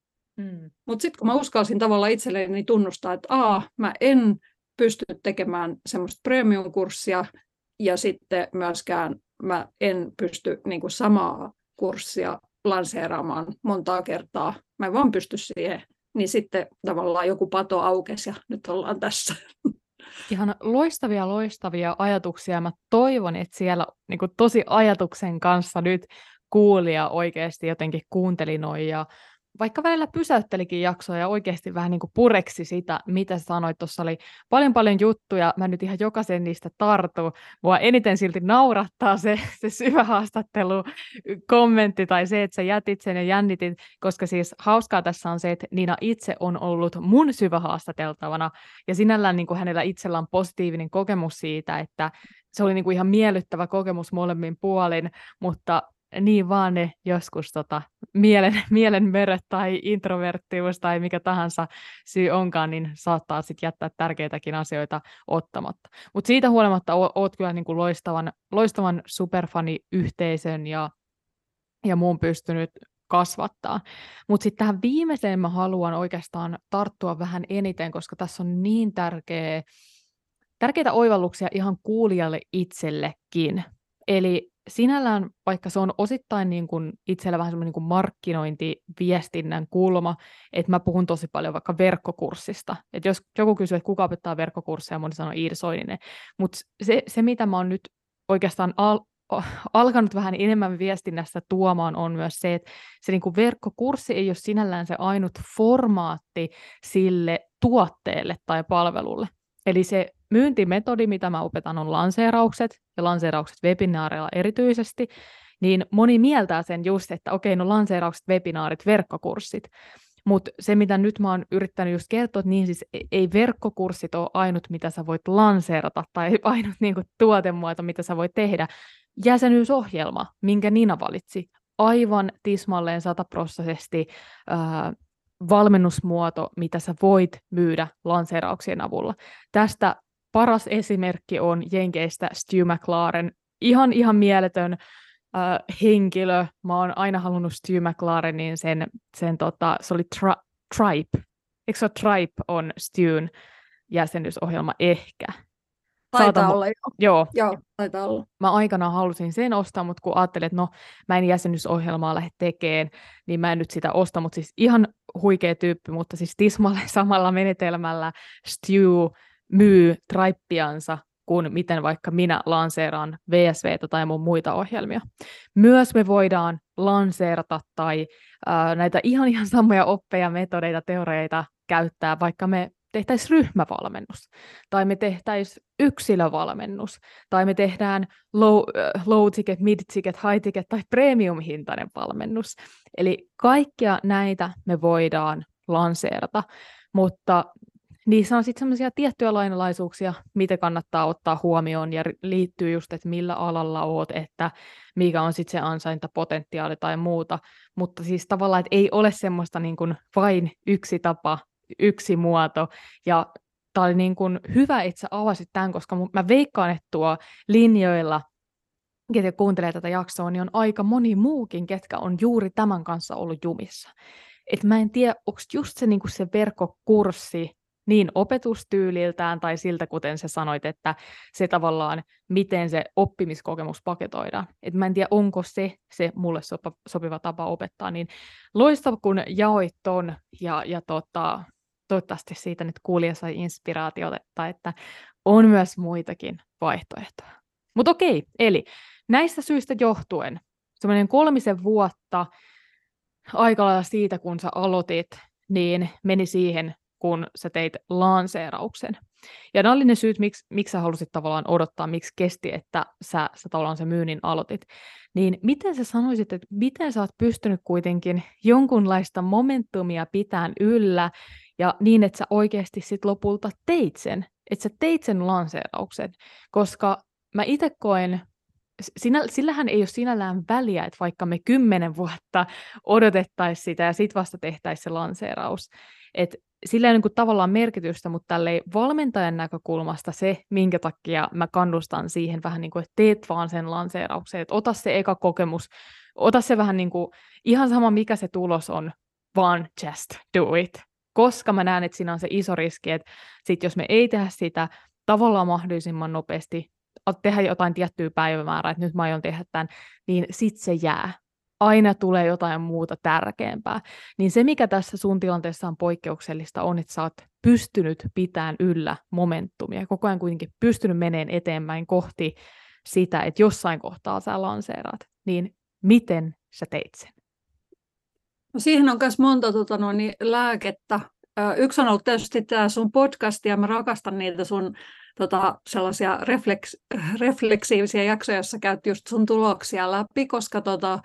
Mm. Mutta sitten kun mä uskalsin tavallaan itselleni tunnustaa, että a, mä en pysty tekemään semmoista premium-kurssia, ja sitten myöskään mä en pysty niin kuin samaa kurssia lanseeraamaan montaa kertaa, mä en vaan pysty siihen, niin sitten tavallaan joku pato aukesi ja nyt ollaan tässä. Ihan loistavia, loistavia ajatuksia. Mä toivon, että siellä niin kuin tosi ajatuksen kanssa nyt kuulija oikeasti jotenkin kuunteli noin ja vaikka välillä pysäyttelikin jaksoa ja oikeasti vähän niin kuin pureksi sitä, mitä sanoit. Tuossa oli paljon paljon juttuja, mä nyt ihan jokaisen niistä tartun. Mua eniten silti naurattaa se, se syvä haastattelu kommentti tai se, että sä jätit sen ja jännitit, koska siis hauskaa tässä on se, että Niina itse on ollut mun syvä haastateltavana ja sinällään niin kuin hänellä itsellä on positiivinen kokemus siitä, että se oli niin kuin ihan miellyttävä kokemus molemmin puolin, mutta niin vaan ne joskus tota, mielen, mielenmöröt tai introverttius tai mikä tahansa syy onkaan, niin saattaa sitten jättää tärkeitäkin asioita ottamatta. Mutta siitä huolimatta o- oot kyllä niinku loistavan, loistavan superfaniyhteisön ja, ja muun pystynyt kasvattaa. Mutta sitten tähän viimeiseen mä haluan oikeastaan tarttua vähän eniten, koska tässä on niin tärkeä, tärkeitä oivalluksia ihan kuulijalle itsellekin. Eli sinällään, vaikka se on osittain niin kuin itsellä vähän semmoinen niin kuin markkinointiviestinnän kulma, että mä puhun tosi paljon vaikka verkkokurssista. Että jos joku kysyy, että kuka opettaa verkkokursseja, moni sanoo Iida Soininen. Mutta se, se, mitä mä oon nyt oikeastaan al- alkanut vähän enemmän viestinnässä tuomaan, on myös se, että se niin kuin verkkokurssi ei ole sinällään se ainut formaatti sille tuotteelle tai palvelulle. Eli se myyntimetodi, mitä mä opetan, on lanseeraukset, ja lanseeraukset webinaareilla erityisesti, niin moni mieltää sen just, että okei, no lanseeraukset, webinaarit, verkkokurssit. Mutta se, mitä nyt mä oon yrittänyt just kertoa, että niin siis ei verkkokurssit ole ainut, mitä sä voit lanseerata, tai ainut niin kuin tuotemuoto, mitä sä voit tehdä. Jäsenyysohjelma, minkä Niina valitsi, aivan tismalleen sataprosenttisesti äh, valmennusmuoto, mitä sä voit myydä lanseerauksien avulla. Tästä paras esimerkki on Jenkeistä Stu McLaren, ihan ihan mieletön äh, henkilö. Mä oon aina halunnut Stu McLarenin, sen, sen tota, se oli tri- Tribe. Eikö se ole Tribe on Stun jäsenyysohjelma ehkä? Taitaa Saatan... olla, joo. Joo. Joo, taitaa olla. Mä aikanaan halusin sen ostaa, mutta kun ajattelin, että no, mä en jäsennysohjelmaa lähde tekemään, niin mä en nyt sitä osta, mutta siis ihan huikea tyyppi, mutta siis tismalle samalla menetelmällä Stu myy Tribeansa kuin miten vaikka minä lanseeraan V S V:tä tai mun muita ohjelmia. Myös me voidaan lanseerata tai ää, näitä ihan ihan samoja oppeja, metodeita, teoreita käyttää, vaikka me tehtäisiin ryhmävalmennus, tai me tehtäisiin yksilövalmennus, tai me tehdään low, low ticket, mid ticket, high ticket tai premium-hintainen valmennus. Eli kaikkia näitä me voidaan lanseerata, mutta niissä on sitten sellaisia tiettyjä lainalaisuuksia, mitä kannattaa ottaa huomioon, ja liittyy just, että millä alalla oot, että mikä on sitten se ansaintapotentiaali tai muuta, mutta siis tavallaan, että ei ole semmoista niin kuin vain yksi tapa, yksi muoto, ja tämä oli niin kuin hyvä, että sä avasit tämän, koska mä veikkaan, että tuo linjoilla, ketkä kuuntelee tätä jaksoa, niin on aika moni muukin, ketkä on juuri tämän kanssa ollut jumissa. Et mä en tiedä, onko just se, niin kuin se verkkokurssi niin opetustyyliltään tai siltä, kuten sä sanoit, että se tavallaan, miten se oppimiskokemus paketoidaan. Et mä en tiedä, onko se se mulle sopa, sopiva tapa opettaa. Niin loistava, kun jaoit ton, ja, ja tota, toivottavasti siitä nyt kuulija sai inspiraatiota, että on myös muitakin vaihtoehtoja. Mutta okei, eli näistä syistä johtuen, semmoinen kolmisen vuotta aika lailla siitä, kun sä aloitit, niin meni siihen, kun sä teit lanseerauksen. Ja nämä oli ne syyt, miksi, miksi sä halusit tavallaan odottaa, miksi kesti, että sä, sä tavallaan se myynnin aloitit. Niin miten sä sanoisit, että miten sä oot pystynyt kuitenkin jonkunlaista momentumia pitämään yllä, ja niin, että sä oikeasti sit lopulta teit sen, että sä teit sen lanseerauksen, koska mä itse koen, Sinä, sillähän ei ole sinällään väliä, että vaikka me kymmenen vuotta odotettaisiin sitä ja sitten vasta tehtäisiin se lanseeraus. Et sillä ei ole niin kuin tavallaan merkitystä, mutta tälleen valmentajan näkökulmasta se, minkä takia mä kannustan siihen vähän niin kuin, että teet vaan sen lanseerauksen, että ota se eka kokemus, ota se vähän niin kuin, ihan sama mikä se tulos on, vaan just do it. Koska mä näen, että siinä on se iso riski, että sit jos me ei tehdä sitä tavallaan mahdollisimman nopeasti, tehdä jotain tiettyä päivämäärää, että nyt mä aion tehdä tämän, niin sit se jää. Aina tulee jotain muuta tärkeämpää. Niin se, mikä tässä sun tilanteessa on poikkeuksellista, on, että sä oot pystynyt pitämään yllä momentumia, koko ajan kuitenkin pystynyt meneen eteenpäin kohti sitä, että jossain kohtaa sä lanseeraat. Niin miten sä teit sen? No siihen on myös monta tota, noin, lääkettä. Yksi on ollut tietysti tämä sun podcast, ja mä rakastan niitä sun tota, sellaisia refleks, refleksiivisiä jaksoja, joissa käyt just sun tuloksia läpi, koska, tota,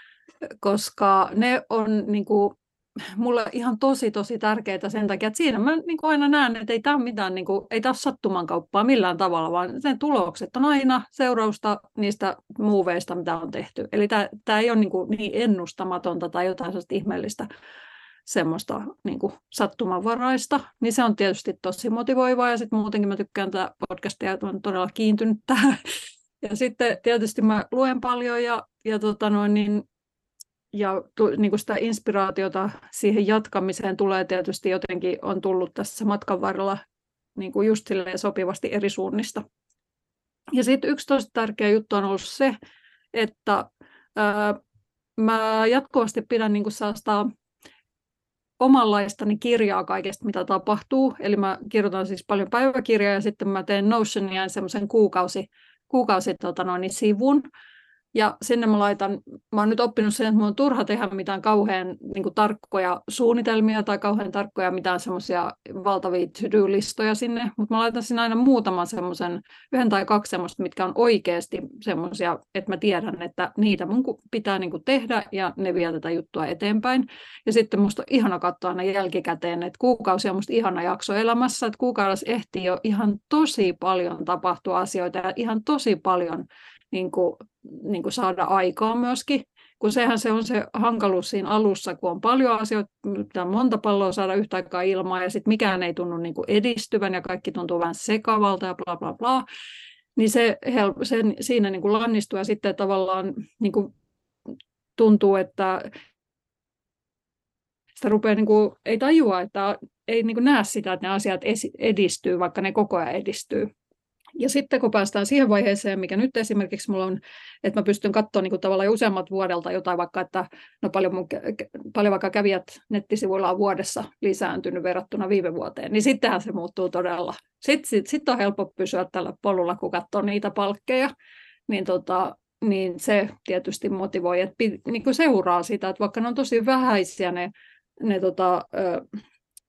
koska ne on niinku, mulle ihan tosi tosi tärkeitä sen takia, että siinä mä niinku aina näen, että ei tämä ole mitään, niinku, ei tämä ole sattumankauppaa millään tavalla, vaan sen tulokset on aina seurausta niistä muuveista, mitä on tehty. Eli tämä, tämä ei ole niinku niin ennustamatonta tai jotain sellaista ihmeellistä, semmoista niin kuin sattumanvaraista, niin se on tietysti tosi motivoivaa, ja sitten muutenkin mä tykkään tätä podcastia, että olen todella kiintynyt tähän. Ja sitten tietysti mä luen paljon, ja, ja, tota noin, niin, ja niin kuin sitä inspiraatiota siihen jatkamiseen tulee tietysti jotenkin, on tullut tässä matkan varrella niin kuin just sopivasti eri suunnista. Ja sitten yksi tosi tärkeä juttu on ollut se, että ää, mä jatkuvasti pidän niin kuin sellaista omanlaistani kirjaa kaikesta, mitä tapahtuu. Eli mä kirjoitan siis paljon päiväkirjaa, ja sitten mä teen Notionia semmoisen kuukausi, kuukausi tota noin, sivun. Ja sinne mä laitan, mä oon nyt oppinut sen, että mun on turha tehdä mitään kauhean niin kuin tarkkoja suunnitelmia tai kauhean tarkkoja mitään semmoisia valtavia to-do-listoja sinne, mutta mä laitan sinne aina muutaman semmoisen, yhden tai kaksi semmoista, mitkä on oikeasti semmoisia, että mä tiedän, että niitä mun pitää niin kuin tehdä, ja ne vie tätä juttua eteenpäin. Ja sitten musta on ihana katsoa aina jälkikäteen, että kuukausi on musta ihana jakso elämässä, että kuukaudessa ehtii jo ihan tosi paljon tapahtua asioita ja ihan tosi paljon niin kuin, niin kuin saada aikaa myöskin, kun sehän se on se hankaluus siinä alussa, kun on paljon asioita, pitää monta palloa saada yhtä aikaa ilmaa, ja sitten mikään ei tunnu niin kuin edistyvän, ja kaikki tuntuu vähän sekavalta ja bla bla bla, niin se, se siinä niin kuin lannistuu, ja sitten tavallaan niin kuin tuntuu, että sitä rupeaa, niin kuin, ei tajua, että ei niin kuin näe sitä, että ne asiat edistyy, vaikka ne koko ajan edistyy. Ja sitten kun päästään siihen vaiheeseen, mikä nyt esimerkiksi mulla on, että mä pystyn katsoa niin kuin tavallaan jo useammat vuodelta jotain, vaikka että no paljon, mun, paljon vaikka kävijät nettisivuilla on vuodessa lisääntynyt verrattuna viime vuoteen, niin sittenhän se muuttuu todella. Sitten sit, sit on helppo pysyä tällä polulla, kun katsoo niitä palkkeja, niin, tota, niin se tietysti motivoi, että niin kuin seuraa sitä, että vaikka ne on tosi vähäisiä ne, ne tota, ö,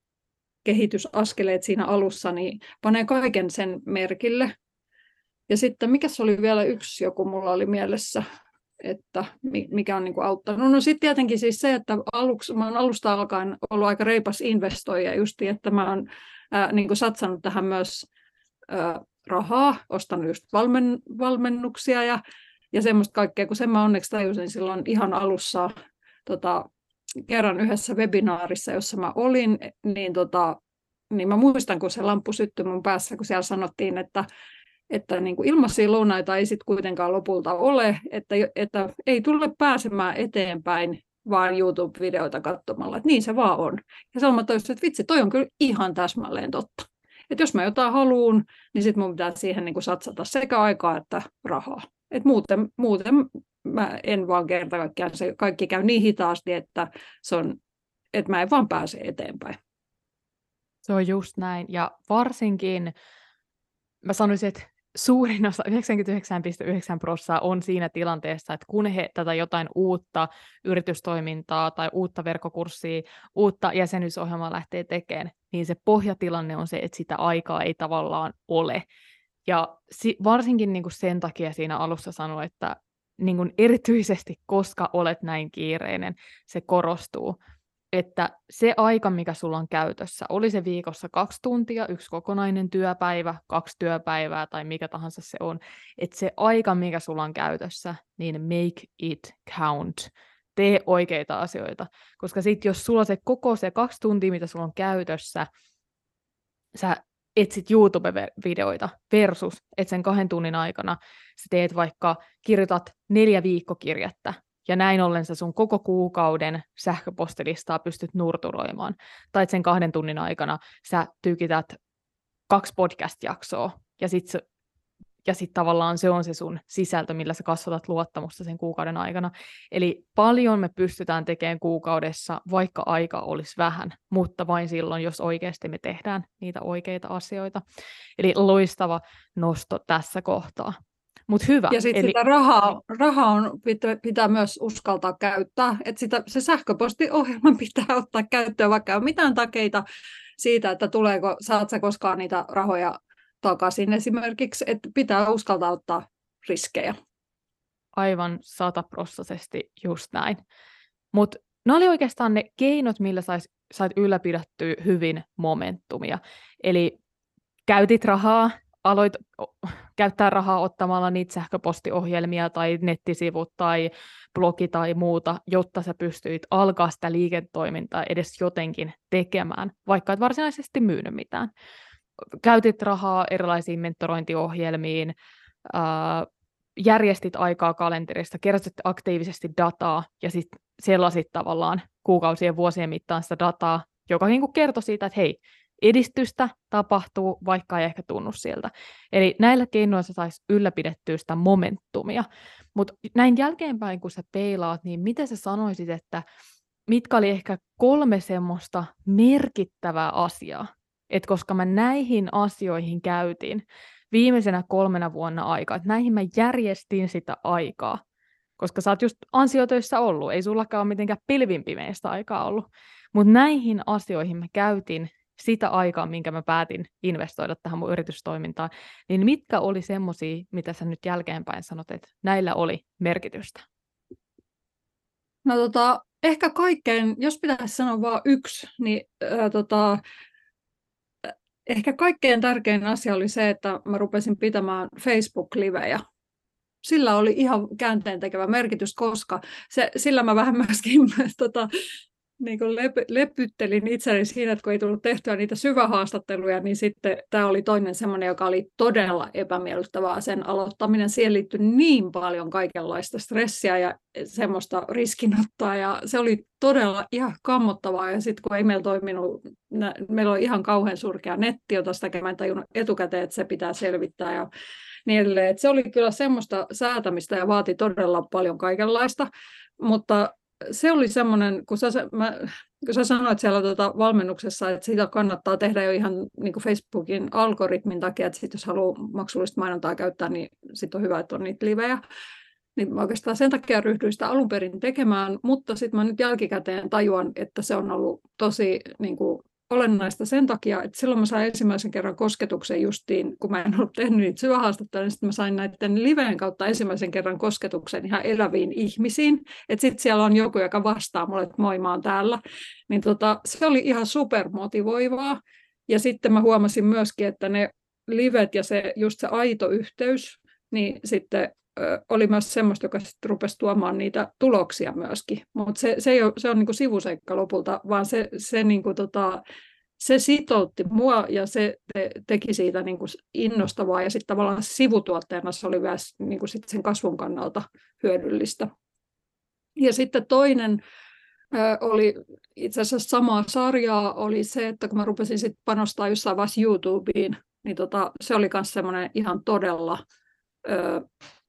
kehitysaskeleet siinä alussa, niin panee kaiken sen merkille. Ja sitten, mikä se oli vielä yksi, joku mulla oli mielessä, että mikä on niin kuin auttanut. No sitten tietenkin siis se, että aluksi, mä olen alusta alkaen ollut aika reipas investoija justi, että mä olen ää, niin kuin satsannut tähän myös ää, rahaa, ostanut just valmen, valmennuksia ja, ja semmoista kaikkea, kun sen mä onneksi tajusin silloin ihan alussa tota, kerran yhdessä webinaarissa, jossa mä olin, niin, tota, niin mä muistan, kun se lamppu syttyi mun päässä, kun siellä sanottiin, että, että niin kuin ilmaisia lounaita ei sitten kuitenkaan lopulta ole, että, että ei tule pääsemään eteenpäin vaan YouTube-videoita katsomalla, että niin se vaan on. Ja silloin mä toisin, että vitsi, toi on kyllä ihan täsmälleen totta. Että jos mä jotain haluun, niin sitten mun pitää siihen niin kuin satsata sekä aikaa että rahaa. Että muuten, muuten mä en vaan kerta kaikkiaan, se kaikki käy niin hitaasti, että, se on, että mä en vaan pääse eteenpäin. Se on just näin. Ja varsinkin mä sanoisin, että suurin osa, yhdeksänkymmentäyhdeksän pilkku yhdeksän prosenttia on siinä tilanteessa, että kun he tätä jotain uutta yritystoimintaa tai uutta verkkokurssia, uutta jäsenyysohjelmaa lähtee tekemään, niin se pohjatilanne on se, että sitä aikaa ei tavallaan ole. Ja varsinkin niin kuin sen takia siinä alussa sanoin, että niin kuin erityisesti, koska olet näin kiireinen, se korostuu. Että se aika, mikä sulla on käytössä, oli se viikossa kaksi tuntia, yksi kokonainen työpäivä, kaksi työpäivää tai mikä tahansa se on, että se aika, mikä sulla on käytössä, niin make it count. Tee oikeita asioita. Koska sitten jos sulla se koko se kaksi tuntia, mitä sulla on käytössä, sä etsit YouTube-videoita versus, että sen kahden tunnin aikana sä teet vaikka, kirjoitat neljä viikkokirjettä, ja näin ollen sä sun koko kuukauden sähköpostilistaa pystyt nurturoimaan. Tai sen kahden tunnin aikana sä tykität kaksi podcast-jaksoa, ja sitten ja sit tavallaan se on se sun sisältö, millä sä kasvatat luottamusta sen kuukauden aikana. Eli paljon me pystytään tekemään kuukaudessa, vaikka aika olisi vähän, mutta vain silloin, jos oikeasti me tehdään niitä oikeita asioita. Eli loistava nosto tässä kohtaa. Mut hyvä. Ja sitten Eli sitä rahaa, rahaa on, pitää, pitää myös uskaltaa käyttää. Et sitä, se sähköpostiohjelman pitää ottaa käyttöön, vaikka ei ole mitään takeita siitä, että tuleeko, saat sä koskaan niitä rahoja takaisin esimerkiksi. Että pitää uskaltaa ottaa riskejä. Aivan sataprossisesti just näin. Mutta ne oli oikeastaan ne keinot, millä sais, sait ylläpidettyä hyvin momentumia. Eli käytit rahaa, aloit käyttää rahaa ottamalla niitä sähköpostiohjelmia tai nettisivut tai blogi tai muuta, jotta sä pystyit alkaa sitä liiketoimintaa edes jotenkin tekemään, vaikka et varsinaisesti myynyt mitään. Käytit rahaa erilaisiin mentorointiohjelmiin, ää, järjestit aikaa kalenterista, keräsit aktiivisesti dataa ja sitten sellaisit tavallaan kuukausien vuosien mittaan sitä dataa, joka niinku kertoi siitä, että hei, edistystä tapahtuu, vaikka ei ehkä tunnu siltä. Eli näillä keinoilla sä sais ylläpidettyä sitä momentumia. Mutta näin jälkeenpäin, kun sä peilaat, niin miten sä sanoisit, että mitkä oli ehkä kolme semmoista merkittävää asiaa, että koska mä näihin asioihin käytin viimeisenä kolmena vuonna aikaa, että näihin mä järjestin sitä aikaa, koska sä oot just ansiotöissä ollut, ei sullakaan ole mitenkään pilvinpimeistä aikaa ollut, mutta näihin asioihin mä käytin sitä aikaa, minkä mä päätin investoida tähän mun yritystoimintaan, niin mitkä oli semmosia, mitä sä nyt jälkeenpäin sanot, että näillä oli merkitystä? No tota, ehkä kaikkein, jos pitäisi sanoa vain yksi, niin ää, tota, ehkä kaikkein tärkein asia oli se, että mä rupesin pitämään Facebook-livejä. Sillä oli ihan käänteentekevä merkitys, koska se, sillä mä vähän myöskin tota, niin kuin lep- lepyttelin itselleni siinä, että kun ei tullut tehtyä niitä syvähaastatteluja, niin sitten tämä oli toinen semmoinen, joka oli todella epämiellyttävää sen aloittaminen. Siihen liittyi niin paljon kaikenlaista stressiä ja semmoista riskinottoa, ja se oli todella ihan kammottavaa. Ja sitten kun ei meillä toiminut, meillä oli ihan kauhean surkea netti, jota sitäkin mä en tajunnut etukäteen, että se pitää selvittää ja niin edelleen. Että se oli kyllä semmoista säätämistä ja vaati todella paljon kaikenlaista, mutta se oli semmoinen, kun sä, mä, kun sä sanoit siellä tuota valmennuksessa, että sitä kannattaa tehdä jo ihan niin kuin Facebookin algoritmin takia, että sit jos haluaa maksullista mainontaa käyttää, niin sitten on hyvä, että on niitä livejä. Niin mä oikeastaan sen takia ryhdyin sitä alun perin tekemään, mutta sitten mä nyt jälkikäteen tajuan, että se on ollut tosi niin kuin olennaista sen takia, että silloin mä sain ensimmäisen kerran kosketuksen justiin, kun mä en ollut tehnyt niitä syvähaastatteluja, niin sitten mä sain näiden liveen kautta ensimmäisen kerran kosketuksen ihan eläviin ihmisiin. Että sitten siellä on joku, joka vastaa mulle, että moi, mä oon täällä. Niin tota, se oli ihan supermotivoivaa. Ja sitten mä huomasin myöskin, että ne livet ja se, just se aito yhteys, niin sitten oli myös semmoista, joka sitten rupesi tuomaan niitä tuloksia myöskin. Mutta se, se, se on niinku sivuseikka lopulta, vaan se, se, niinku tota, se sitoutti mua ja se te, teki siitä niinku innostavaa. Ja sitten tavallaan sivutuotteena se oli myös niinku sit sen kasvun kannalta hyödyllistä. Ja sitten toinen ö, oli itse asiassa samaa sarjaa, oli se, että kun mä rupesin sitten panostaa jossain vaiheessa YouTubeen, niin tota, se oli myös semmoinen ihan todella Ö,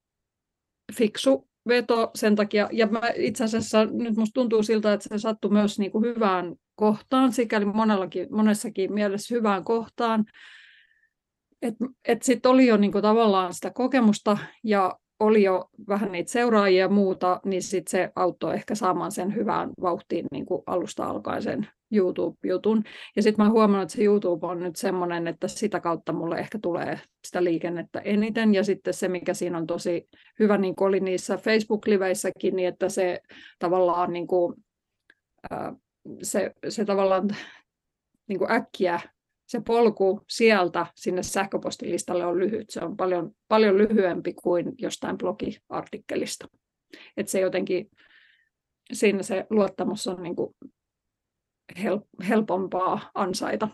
fiksu veto sen takia, ja mä itse asiassa nyt musta tuntuu siltä, että se sattui myös niin kuin hyvään kohtaan, sikäli monellakin, monessakin mielessä hyvään kohtaan, että et sitten oli jo niin kuin tavallaan sitä kokemusta, ja oli jo vähän niitä seuraajia ja muuta, niin sitten se auttoi ehkä saamaan sen hyvään vauhtiin niin kuin alusta alkaen sen YouTube-jutun. Ja sitten mä huomannut, että se YouTube on nyt semmoinen, että sitä kautta mulle ehkä tulee sitä liikennettä eniten. Ja sitten se, mikä siinä on tosi hyvä, niin kuin oli niissä Facebook-liveissäkin, niin että se tavallaan, niin kuin, se, se tavallaan niin kuin äkkiä se polku sieltä sinne sähköpostilistalle on lyhyt. Se on paljon, paljon lyhyempi kuin jostain blogiartikkelista. Että se jotenkin, siinä se luottamus on niin kuin helpompaa ansaita.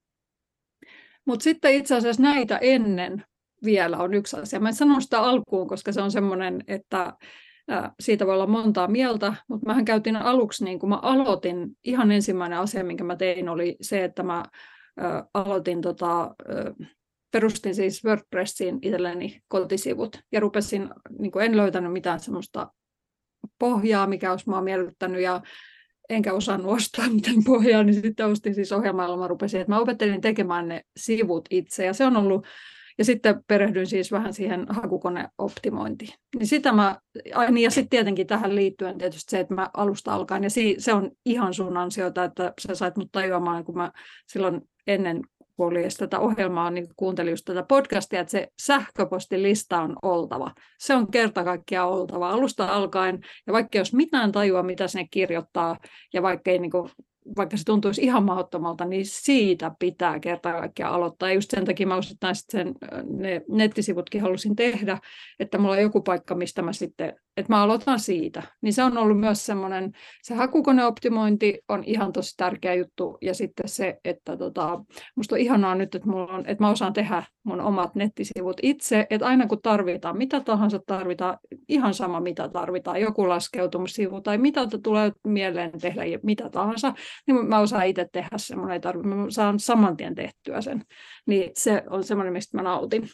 Mutta sitten itse asiassa näitä ennen vielä on yksi asia. Mä en sano sitä alkuun, koska se on semmoinen, että siitä voi olla montaa mieltä, mutta mähän käytin aluksi, niin kun mä aloitin, ihan ensimmäinen asia, minkä mä tein, oli se, että mä ä, aloitin, tota, ä, perustin siis WordPressiin itselleni kotisivut ja rupesin, niin kun en löytänyt mitään semmoista pohjaa, mikä olisi mua miellyttänyt ja enkä osannut ostaa mitään pohjaa, niin sitten ostin siis ohjelmalla, mä rupesin, että mä opettelin tekemään ne sivut itse ja se on ollut. Ja sitten perehdyin siis vähän siihen hakukoneoptimointiin. Niin sitä mä, ja sitten tietenkin tähän liittyen tietysti se, että mä alusta alkaen, ja se on ihan sun ansiota, että sä sait mut tajuamaan, kun mä silloin ennen kun oli tätä ohjelmaa, niin kuuntelin just tätä podcastia, että se sähköpostilista on oltava. Se on kerta kaikkiaan oltava alusta alkaen, ja vaikka jos mitään tajua, mitä sinne kirjoittaa, ja vaikka ei niin kuin vaikka se tuntuisi ihan mahdottomalta, niin siitä pitää kerta kaikkiaan aloittaa. Ja just sen takia mä osittain sen, ne nettisivutkin halusin tehdä, että mulla on joku paikka, mistä mä sitten, että mä aloitan siitä. Niin se on ollut myös semmoinen, se hakukoneoptimointi on ihan tosi tärkeä juttu. Ja sitten se, että tota, musta on ihanaa nyt, että, mulla on, että mä osaan tehdä mun omat nettisivut itse, että aina kun tarvitaan, mitä tahansa tarvitaan, ihan sama mitä tarvitaan, joku laskeutumissivu tai mitä tulee mieleen tehdä mitä tahansa, niin mä osaan itse tehdä sen, mun ei tarvitse, mä saan saman tien tehtyä sen. Niin se on semmoinen, mistä mä nautin.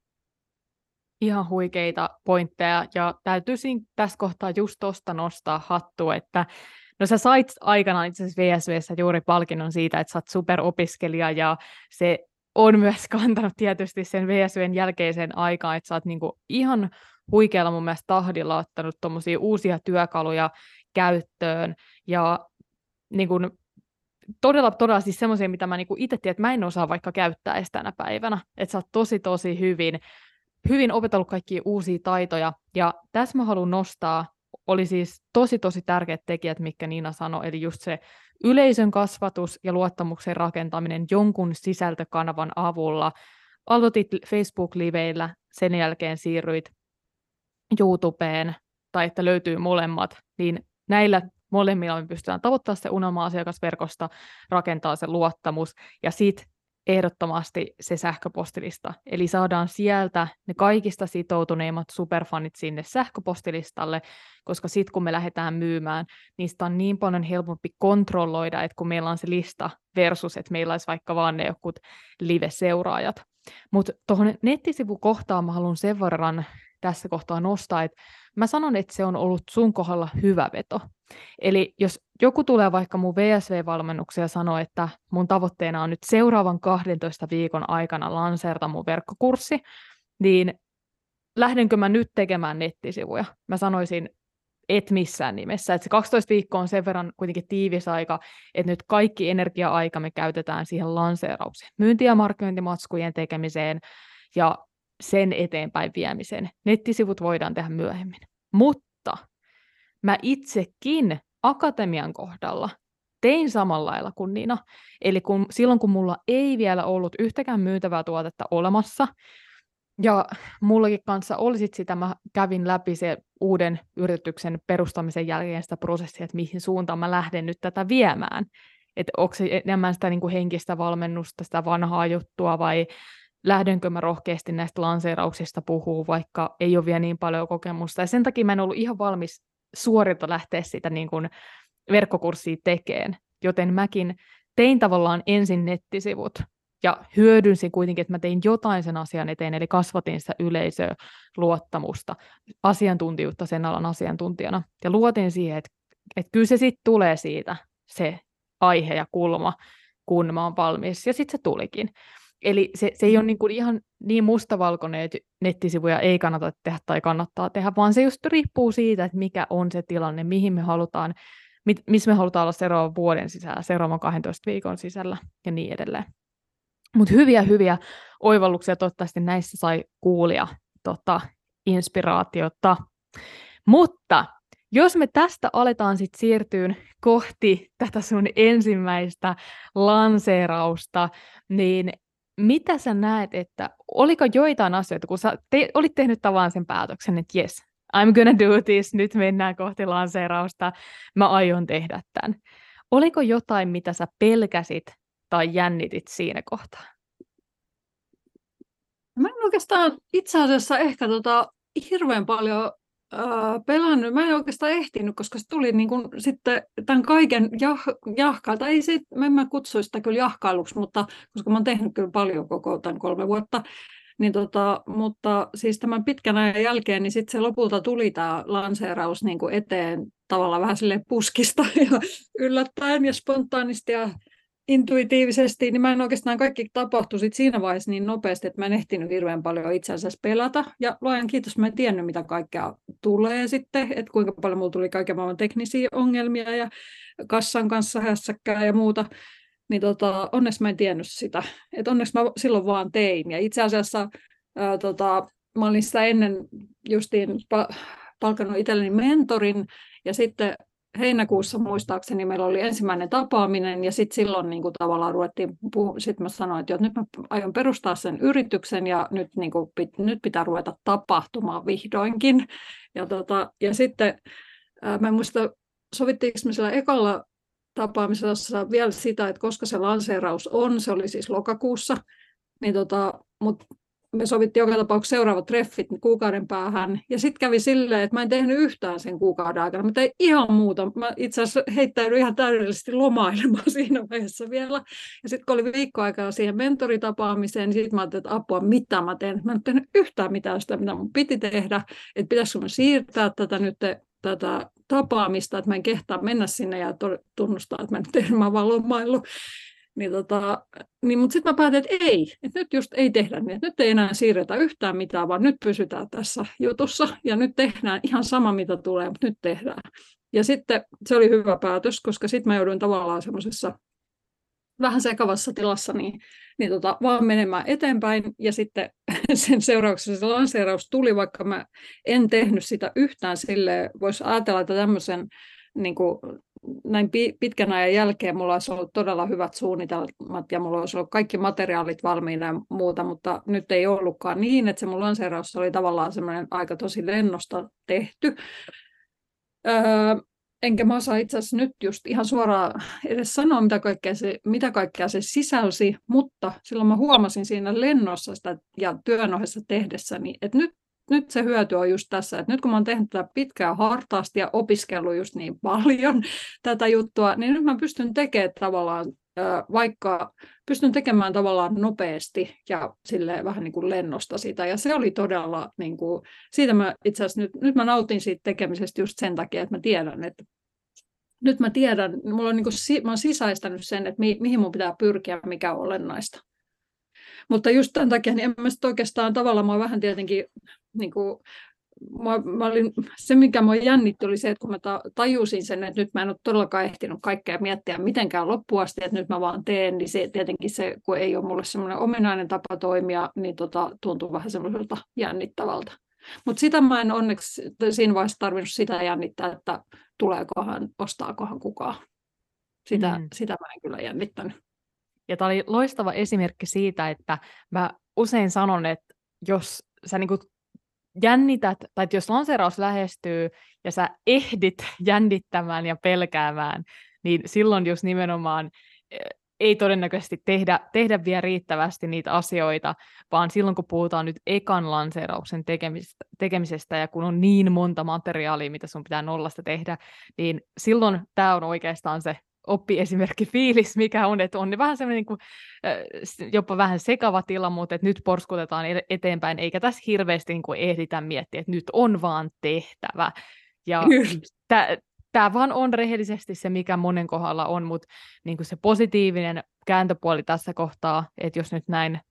Ihan huikeita pointteja, ja täytyisi tässä kohtaa just tuosta nostaa hattua, että no sä sait aikanaan itse asiassa V S V:ssä juuri palkinnon siitä, että sä oot superopiskelija, ja se on myös kantanut tietysti sen V S V:n jälkeiseen aikaan, että sä oot niinku ihan huikealla mun mielestä tahdilla ottanut tommosia uusia työkaluja käyttöön, ja niinku todella, todella siis semmoisia, mitä mä niinku itse tiedän, että mä en osaa vaikka käyttää edes tänä päivänä, että sä oot tosi tosi hyvin, hyvin opetellut kaikkia uusia taitoja, ja tässä mä haluan nostaa, oli siis tosi tosi tärkeät tekijät, mitkä Niina sanoi, eli just se yleisön kasvatus ja luottamuksen rakentaminen jonkun sisältökanavan avulla. Aloitit Facebook-liveillä, sen jälkeen siirryit YouTubeen, tai että löytyy molemmat, niin näillä molemmilla me pystytään tavoittamaan se unelma asiakasverkosta, rakentaa se luottamus ja sitten ehdottomasti se sähköpostilista. Eli saadaan sieltä ne kaikista sitoutuneimmat superfanit sinne sähköpostilistalle, koska sitten kun me lähdetään myymään, niistä on niin paljon helpompi kontrolloida, että kun meillä on se lista versus, että meillä olisi vaikka vaan ne jokut live-seuraajat. Mutta tuohon nettisivukohtaan mä haluan sen verran tässä kohtaa nostaa, että mä sanon, että se on ollut sun kohdalla hyvä veto. Eli jos joku tulee vaikka mun V S V-valmennukseen ja sanoo, että mun tavoitteena on nyt seuraavan kahdentoista viikon aikana lanseerata mun verkkokurssi, niin lähdenkö mä nyt tekemään nettisivuja? Mä sanoisin, et missään nimessä. Että se kaksitoista viikkoa on sen verran kuitenkin tiivis aika, että nyt kaikki energia-aika me käytetään siihen lanseeraukseen, myynti- ja markkinointimatskujen tekemiseen ja sen eteenpäin viemiseen. Nettisivut voidaan tehdä myöhemmin. Mutta mä itsekin akatemian kohdalla tein samalla lailla kuin Nina. Eli kun, silloin, kun mulla ei vielä ollut yhtäkään myytävää tuotetta olemassa, ja mullakin kanssa oli sit sitä, mä kävin läpi se uuden yrityksen perustamisen jälkeen sitä prosessia, että mihin suuntaan mä lähden nyt tätä viemään. Että onko se enemmän sitä niin kuin henkistä valmennusta, sitä vanhaa juttua, vai lähdenkö mä rohkeasti näistä lanseerauksista puhua, vaikka ei ole vielä niin paljon kokemusta. Ja sen takia mä en ollut ihan valmis suorilta lähteä sitä niin kuin verkkokurssia tekemään, joten mäkin tein tavallaan ensin nettisivut, ja hyödynsin kuitenkin, että mä tein jotain sen asian eteen, eli kasvatin sitä yleisöä, luottamusta, asiantuntijuutta sen alan asiantuntijana, ja luotin siihen, että, että kyllä se sitten tulee siitä, se aihe ja kulma, kun mä oon valmis, ja sitten se tulikin. Eli se, se ei ole niin kuin ihan niin mustavalkoinen, että nettisivuja ei kannata tehdä tai kannattaa tehdä, vaan se just riippuu siitä, että mikä on se tilanne, mihin me halutaan, missä me halutaan olla seuraavan vuoden sisällä, seuraavan kahdentoista viikon sisällä ja niin edelleen. Mutta hyviä, hyviä oivalluksia toivottavasti näissä sai kuulia tota, inspiraatiota. Mutta jos me tästä aletaan sitten siirtyä kohti tätä sun ensimmäistä lanseerausta, niin mitä sä näet, että oliko joitain asioita, kun sä te, olit tehnyt tavallaan sen päätöksen, että yes, I'm gonna do this, nyt mennään kohti lanseerausta, mä aion tehdä tämän. Oliko jotain, mitä sä pelkäsit tai jännitit siinä kohtaa? Mä en oikeastaan itse asiassa ehkä tota, hirveän paljon äh, pelännyt. Mä en oikeastaan ehtinyt, koska se tuli niin kun, sitten tämän kaiken jah, jahkailta. Ei sit, mä en mä kutsuisi sitä kyllä jahkailuksi, mutta, koska mä oon tehnyt kyllä paljon koko tämän kolme vuotta. Niin tota, mutta siis tämän pitkän ajan jälkeen, niin sitten se lopulta tuli tämä lanseeraus niin kuin eteen tavallaan vähän silleen puskista ja yllättäen ja spontaanisti ja intuitiivisesti, niin mä en oikeastaan kaikki tapahtui sit siinä vaiheessa niin nopeasti, että mä en ehtinyt hirveän paljon itse asiassa pelata. Ja luojan kiitos, mä en tiennyt, mitä kaikkea tulee sitten, että kuinka paljon mulla tuli kaiken maailman teknisiä ongelmia ja kassan kanssa hässäkkää ja muuta. Niin tota, onneksi mä en tiennyt sitä. Et onneksi mä silloin vaan tein. Ja itse asiassa ää, tota, mä olin sitä ennen justiin pa- palkannut itselleni mentorin ja sitten heinäkuussa muistaakseni meillä oli ensimmäinen tapaaminen ja sitten silloin niin kuin tavallaan ruvettiin, sitten mä sanoin, että jo, nyt mä aion perustaa sen yrityksen ja nyt, niin kuin, nyt pitää ruveta tapahtumaan vihdoinkin. Ja, tota, ja sitten ää, mä en muista, sovittiinko me sillä ekalla tapaamisessa vielä sitä, että koska se lanseeraus on, se oli siis lokakuussa, niin tota, mutta me sovittiin joka tapauksessa seuraavat treffit kuukauden päähän. Ja sitten kävi silleen, että mä en tehnyt yhtään sen kuukauden aikana. Mä tein ihan muuta. Mä itse asiassa heittäydyin ihan täydellisesti lomailemaan siinä vaiheessa vielä. Ja sitten kun oli viikko aikaa siihen mentoritapaamiseen, niin sitten mä ajattelin, että apua, mitä mä teen. Mä en tehnyt yhtään mitään sitä, mitä mun piti tehdä. Että pitäisikö mä siirtää tätä nyt tätä tapaamista, että mä en kehtaa mennä sinne ja tunnustaa, että mä en tehnyt, mä oon vaan lomaillut. Niin tota, niin, mutta sitten mä päätin, että ei, että nyt just ei tehdä niin, että nyt ei enää siirretä yhtään mitään, vaan nyt pysytään tässä jutussa ja nyt tehdään ihan sama, mitä tulee, mutta nyt tehdään. Ja sitten se oli hyvä päätös, koska sitten mä jouduin tavallaan semmoisessa vähän sekavassa tilassa, niin, niin tota, vaan menemään eteenpäin ja sitten sen seurauksessa se lanseeraus tuli, vaikka mä en tehnyt sitä yhtään silleen, voisi ajatella, että tämmöisen niin kuin, näin pitkän ajan jälkeen mulla olisi ollut todella hyvät suunnitelmat ja mulla olisi ollut kaikki materiaalit valmiina ja muuta, mutta nyt ei ollutkaan niin, että se mun lanseeraus oli tavallaan semmoinen aika tosi lennosta tehty. Öö, enkä mä osaa itse asiassa nyt just ihan suoraan edes sanoa, mitä kaikkea se, mitä kaikkea se sisälsi, mutta silloin mä huomasin siinä lennossa sitä ja työn ohessa tehdessäni, että nyt, nyt se hyöty on just tässä, että nyt kun mä oon tehnyt tätä pitkään hartaasti ja opiskellut just niin paljon tätä juttua, niin nyt mä pystyn tekemään tavallaan, vaikka pystyn tekemään tavallaan nopeasti ja silleen vähän niin kuin lennosta sitä. Ja se oli todella, niin kuin, siitä mä itse asiassa nyt, nyt mä nautin siitä tekemisestä just sen takia, että mä tiedän, että nyt mä tiedän, mulla on niin kuin, mä oon sisäistänyt sen, että mi, mihin mun pitää pyrkiä, mikä on olennaista. Mutta just tämän takia, niin en mä sit oikeastaan tavallaan, mä vähän tietenkin, niin kuin, mä, mä olin, se mikä mua jännitti oli se, että kun mä tajusin sen, että nyt mä en ole todellakaan ehtinyt kaikkea miettiä mitenkään loppuun asti, että nyt mä vaan teen, niin se tietenkin se, kun ei ole mulle semmoinen ominainen tapa toimia, niin tota, tuntuu vähän semmoiselta jännittävältä. Mutta sitä mä en onneksi siinä vaiheessa tarvinnut sitä jännittää, että tuleekohan, ostaakohan kukaan. Sitä, mm. sitä mä en kyllä jännittänyt. Ja tämä oli loistava esimerkki siitä, että mä usein sanon, että jos sä niinku jännität, tai että jos lanseeraus lähestyy ja sä ehdit jännittämään ja pelkäämään, niin silloin just nimenomaan ei todennäköisesti tehdä, tehdä vielä riittävästi niitä asioita, vaan silloin kun puhutaan nyt ekan lanseerauksen tekemisestä, tekemisestä ja kun on niin monta materiaalia, mitä sun pitää nollasta tehdä, niin silloin tämä on oikeastaan se oppiesimerkki fiilis, mikä on, että on vähän semmoinen niin kuin, jopa vähän sekava tila, mutta että nyt porskutetaan eteenpäin, eikä tässä hirveästi niin kuin ehditä miettiä, että nyt on vaan tehtävä. Ja tämä vaan on rehellisesti se, mikä monen kohdalla on, mutta niin kuin se positiivinen kääntöpuoli tässä kohtaa, että jos nyt näin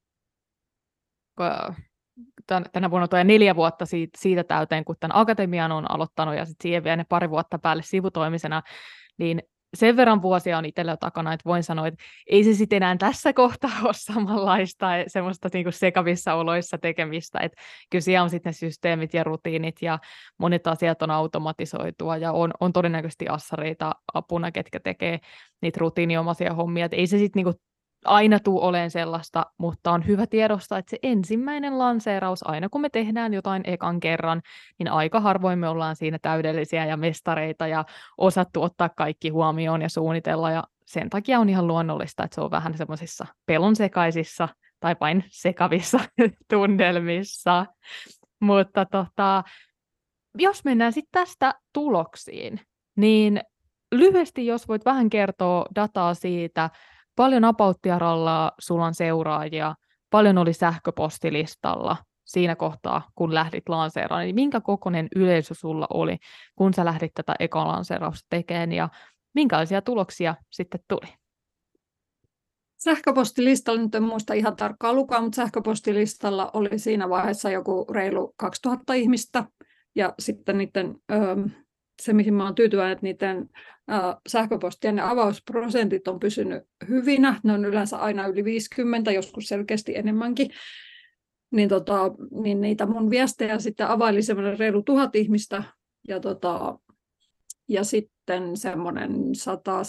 tänä vuonna tulee neljä vuotta siitä, siitä täyteen, kun tämän akatemian on aloittanut ja sitten siihen vielä ne pari vuotta päälle sivutoimisena, niin sen verran vuosia on itsellä takana, että voin sanoa, että ei se sitten enää tässä kohtaa ole samanlaista semmoista niin kuin sekavissa oloissa tekemistä, että kyllä siellä on sitten ne systeemit ja rutiinit ja monet asiat on automatisoitua ja on, on todennäköisesti assareita apuna, ketkä tekee niitä rutiiniomaisia hommia, että ei se sitten niin kuin aina tule olemaan sellaista, mutta on hyvä tiedostaa, että se ensimmäinen lanseeraus, aina kun me tehdään jotain ekan kerran, niin aika harvoin me ollaan siinä täydellisiä ja mestareita ja osattu ottaa kaikki huomioon ja suunnitella, ja sen takia on ihan luonnollista, että se on vähän semmoisissa pelonsekaisissa tai vain sekavissa tunnelmissa. Mutta tota, jos mennään sitten tästä tuloksiin, niin lyhyesti, jos voit vähän kertoa dataa siitä, paljon about-tiaralla sulla on seuraajia, paljon oli sähköpostilistalla siinä kohtaa, kun lähdit lanseeraan, niin minkä kokoinen yleisö sulla oli, kun sä lähdit tätä ekaa lanseerausta tekemään, ja minkälaisia tuloksia sitten tuli? Sähköpostilistalla, nyt en muista ihan tarkkaan lukaa, mutta sähköpostilistalla oli siinä vaiheessa joku reilu kaksituhatta ihmistä, ja sitten niiden... Öö, se, mihin mä oon tyytyväinen, että niiden äh, sähköpostien ne avausprosentit on pysynyt hyvinä. Ne on yleensä aina yli viisikymmentä, joskus selkeästi enemmänkin. Niin, tota, niin niitä mun viestejä sitten availi semmoinen reilu tuhat ihmistä. Ja, tota, ja sitten semmoinen sata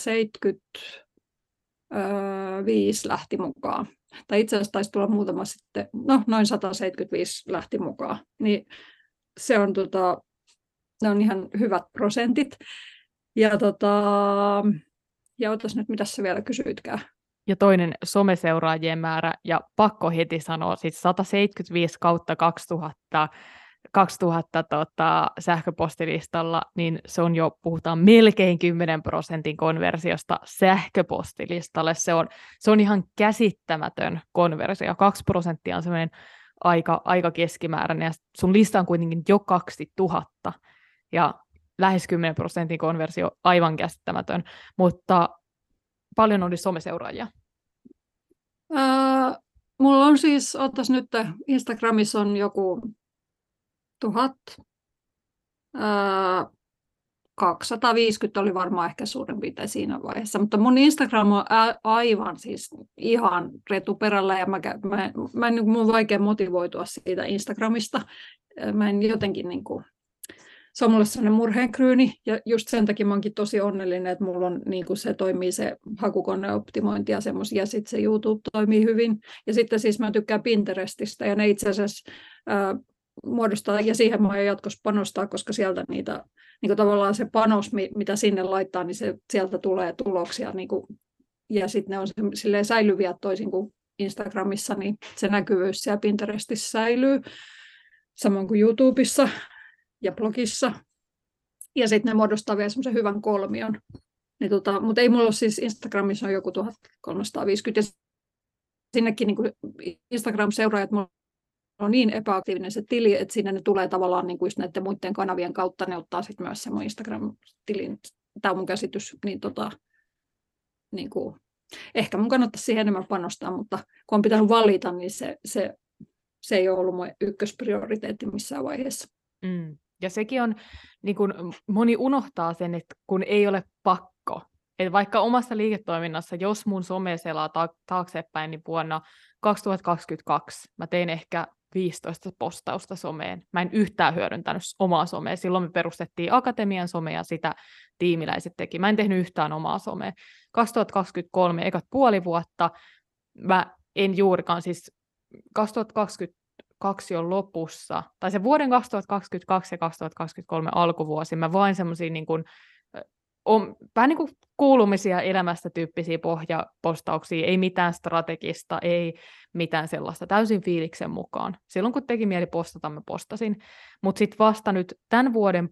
seitsemänkymmentäviisi lähti mukaan. Tai itse asiassa taisi tulla muutama sitten, no noin sata seitsemänkymmentäviisi lähti mukaan. Niin se on... Tota, ne on ihan hyvät prosentit. Ja, tota, ja otas nyt, mitä sä vielä kysyitkään. Ja toinen someseuraajien määrä, ja pakko heti sanoa, siis sata seitsemänkymmentäviisi kautta kaksituhatta, kaksituhatta tota, sähköpostilistalla, niin se on jo, puhutaan melkein kymmenen prosentin konversiosta sähköpostilistalle. Se on, se on ihan käsittämätön konversio. kaksi prosenttia on semmoinen aika, aika keskimääräinen, ja sun lista on kuitenkin jo kaksituhatta. Ja lähes kymmenen prosentin konversio, aivan käsittämätön, mutta paljon oli someseuraajia. Äh, mulla on siis, otas nyt, Instagramissa on joku tuhat, äh, kaksisataaviisikymmentä oli varmaan ehkä suurin piirtein siinä vaiheessa, mutta mun Instagram on ä, aivan siis ihan retuperällä, ja mä, mä, mä en, mun on vaikea motivoitua siitä Instagramista. Mä en jotenkin niin kuin, se on mulle sellainen murheenkryyni, ja just sen takia mä oonkin tosi onnellinen, että mulla on, niin kuin se toimii se hakukoneoptimointi ja semmoisia, ja sitten se YouTube toimii hyvin. Ja sitten siis mä tykkään Pinterestistä, ja ne itse asiassa, ää, muodostaa, ja siihen mä aion jatkossa panostaa, koska sieltä niitä, niin kuin tavallaan se panos, mitä sinne laittaa, niin se, sieltä tulee tuloksia, niin kuin, ja sitten ne on silleen säilyviä toisin kuin Instagramissa, niin se näkyvyys siellä Pinterestissä säilyy, samoin kuin YouTubessa ja blogissa, ja sitten ne muodostaa vielä semmoisen hyvän kolmion. Niin tota, mutta ei mulla ole siis Instagramissa on joku tuhatkolmesataaviisikymmentä, ja sinnekin niin kuin Instagram-seuraajat, mulla on niin epäaktiivinen se tili, että sinne ne tulee tavallaan niin kuin just näiden muiden kanavien kautta, ne ottaa sitten myös se mun Instagram-tilin, tämä on mun käsitys, niin, tota, niin kuin, ehkä mun kannattaisi siihen enemmän panostaa, mutta kun on pitänyt valita, niin se, se, se ei ole ollut mun ykkösprioriteetti missään vaiheessa. Mm. Ja sekin on, niin kun moni unohtaa sen, että kun ei ole pakko. Että vaikka omassa liiketoiminnassa, jos mun some selaa ta- taaksepäin, niin vuonna kaksituhattakaksikymmentäkaksi mä tein ehkä viisitoista postausta someen. Mä en yhtään hyödyntänyt omaa somea. Silloin me perustettiin Akatemian some ja sitä tiimiläiset teki. Mä en tehnyt yhtään omaa somea. kaksituhattakaksikymmentäkolme, ekat puoli vuotta, mä en juurikaan siis kaksituhattakaksikymmentäkaksi on lopussa, tai se vuoden kaksituhattakaksikymmentäkaksi ja kaksituhattakaksikymmentäkolme alkuvuosi, mä vain semmoisia niin kuin, on, vähän niin kuin kuulumisia elämästä tyyppisiä pohjapostauksia, ei mitään strategista, ei mitään sellaista, täysin fiiliksen mukaan. Silloin kun teki mieli postata, mä postasin, mutta sitten vasta nyt tämän vuoden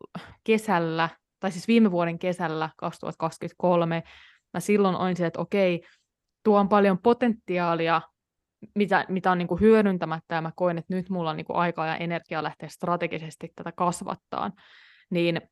kesällä, tai siis viime vuoden kesällä kaksituhattakaksikymmentäkolme, mä silloin olin se, että okei, tuo on paljon potentiaalia, mitä, mitä on niin kuin hyödyntämättä, ja mä koen, että nyt mulla on niin kuin aikaa ja energiaa lähteä strategisesti tätä kasvattaa, niin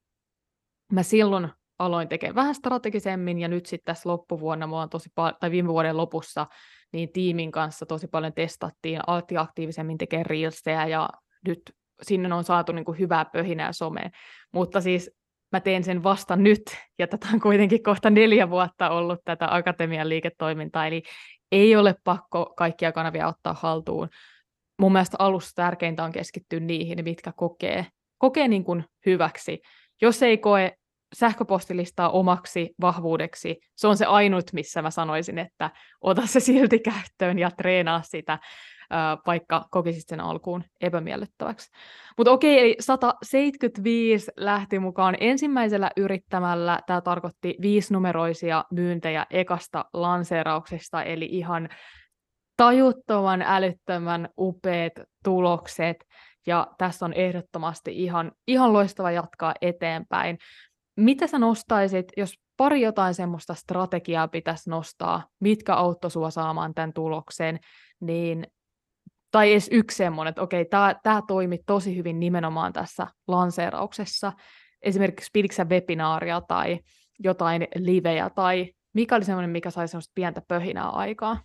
mä silloin aloin tekemään vähän strategisemmin, ja nyt sitten tässä loppuvuonna, mulla on tosi pal- tai viime vuoden lopussa, niin tiimin kanssa tosi paljon testattiin, alettiin aktiivisemmin tekemään reelsejä, ja nyt sinne on saatu niin kuin hyvää pöhinää someen. Mutta siis mä teen sen vasta nyt, ja tätä on kuitenkin kohta neljä vuotta ollut tätä Akatemian liiketoimintaa, eli ei ole pakko kaikkia kanavia ottaa haltuun. Mun mielestä alussa tärkeintä on keskittyä niihin, mitkä kokee, kokee niin kuin hyväksi. Jos ei koe sähköpostilistaa omaksi vahvuudeksi, se on se ainut, missä mä sanoisin, että ota se silti käyttöön ja treenaa sitä, vaikka kokisit sen alkuun epämiellyttäväksi. Mutta okei, eli sata seitsemänkymmentäviisi lähti mukaan ensimmäisellä yrittämällä. Tämä tarkoitti viisinumeroisia myyntejä ekasta lanseerauksesta, eli ihan tajuttoman, älyttömän upeat tulokset. Ja tässä on ehdottomasti ihan, ihan loistava jatkaa eteenpäin. Mitä sä nostaisit, jos pari jotain semmoista strategiaa pitäisi nostaa, mitkä auttoi sua saamaan tämän tuloksen, niin tai edes yksi semmoinen, että okei, tämä toimi tosi hyvin nimenomaan tässä lanseerauksessa. Esimerkiksi piditkö webinaaria tai jotain liveä, tai mikä oli semmoinen, mikä sai semmoista pientä pöhinää aikaa?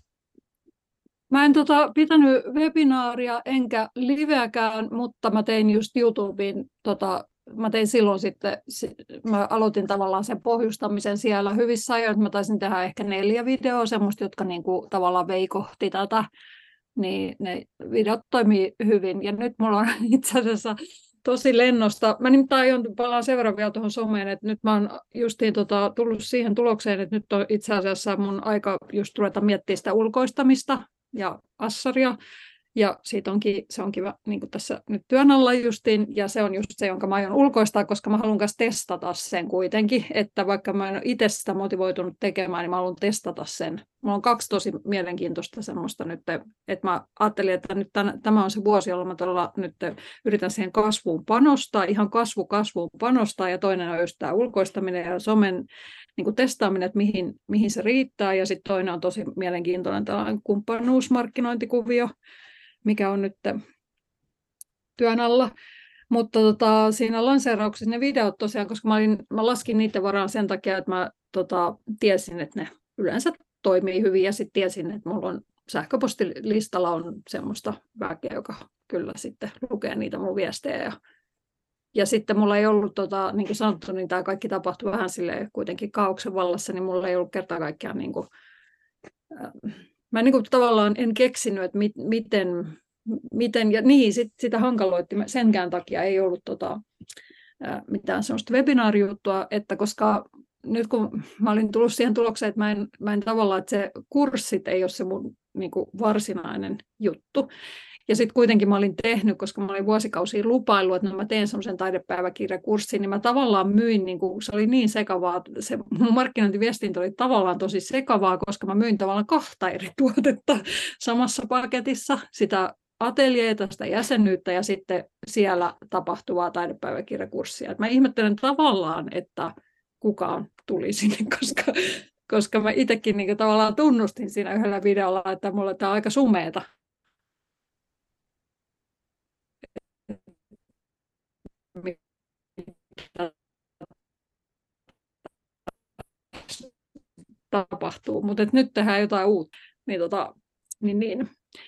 Mä en tota, pitänyt webinaaria enkä liveäkään, mutta mä tein just YouTubeen, tota, mä tein silloin sitten, mä aloitin tavallaan sen pohjustamisen siellä hyvissä ajoin, mä taisin tehdä ehkä neljä videoa, semmoista, jotka niinku tavallaan veikohti tätä. Niin ne videot toimii hyvin. Ja nyt mulla on itse asiassa tosi lennosta. Mä nimittäin aion palaan sen verran vielä tuohon someen, että nyt mä oon justiin tota, tullut siihen tulokseen, että nyt on itse asiassa mun aika just ruveta miettimään sitä ulkoistamista ja assaria. Ja siitä onkin, se on kiva niin kuin tässä nyt työn alla justiin, ja se on just se, jonka mä aion ulkoistaa, koska mä haluan myös testata sen kuitenkin, että vaikka mä en ole itse sitä motivoitunut tekemään, niin mä haluan testata sen. Mulla on kaksi tosi mielenkiintoista semmoista nyt, että mä ajattelin, että nyt tämän, tämä on se vuosi, jolloin mä todella nyt yritän siihen kasvuun panostaa, ihan kasvu kasvuun panostaa, ja toinen on just tämä ulkoistaminen ja somen niin kuin testaaminen, että mihin, mihin se riittää, ja sitten toinen on tosi mielenkiintoinen tällainen kumppanuusmarkkinointikuvio, mikä on nyt työn alla. Mutta tota, siinä lanseerauksessa ne videot tosiaan, koska mä, olin, mä laskin niiden varaan sen takia, että mä tota, tiesin, että ne yleensä toimii hyvin, ja sitten tiesin, että mulla on sähköpostilistalla on semmoista väkeä, joka kyllä sitten lukee niitä mun viestejä. Ja, ja sitten mulla ei ollut, tota, niin kuin sanottu, niin tämä kaikki tapahtui vähän silleen kuitenkin kaaoksen vallassa, niin mulla ei ollut kerta kaikkiaan niin kuin, äh, mä niin kuin tavallaan en keksinyt, että mit, miten, miten, ja niin, sit, sitä hankaloitti. Senkään takia ei ollut tota, mitään sellaista webinaarijuttua, että koska nyt kun mä olin tullut siihen tulokseen, että mä en, mä en tavallaan, että se kurssit ei ole se mun niin kuin varsinainen juttu. Ja sitten kuitenkin mä olin tehnyt, koska mä olin vuosikausia lupaillut, että no mä teen semmoisen taidepäiväkirjakurssin, niin mä tavallaan myin, niin kuin, se oli niin sekavaa, se mun markkinointiviestintä oli tavallaan tosi sekavaa, koska mä myin tavallaan kahta eri tuotetta samassa paketissa, sitä ateljeita, sitä jäsenyyttä ja sitten siellä tapahtuvaa taidepäiväkirjakurssia. Et mä ihmettelen tavallaan, että kukaan tuli sinne, koska, koska mä itsekin niin tavallaan tunnustin siinä yhdellä videolla, että mulla tämä on aika sumeeta. Tapahtuu, mutta nyt tehdään jotain uutta. Niin, tota, niin, niin.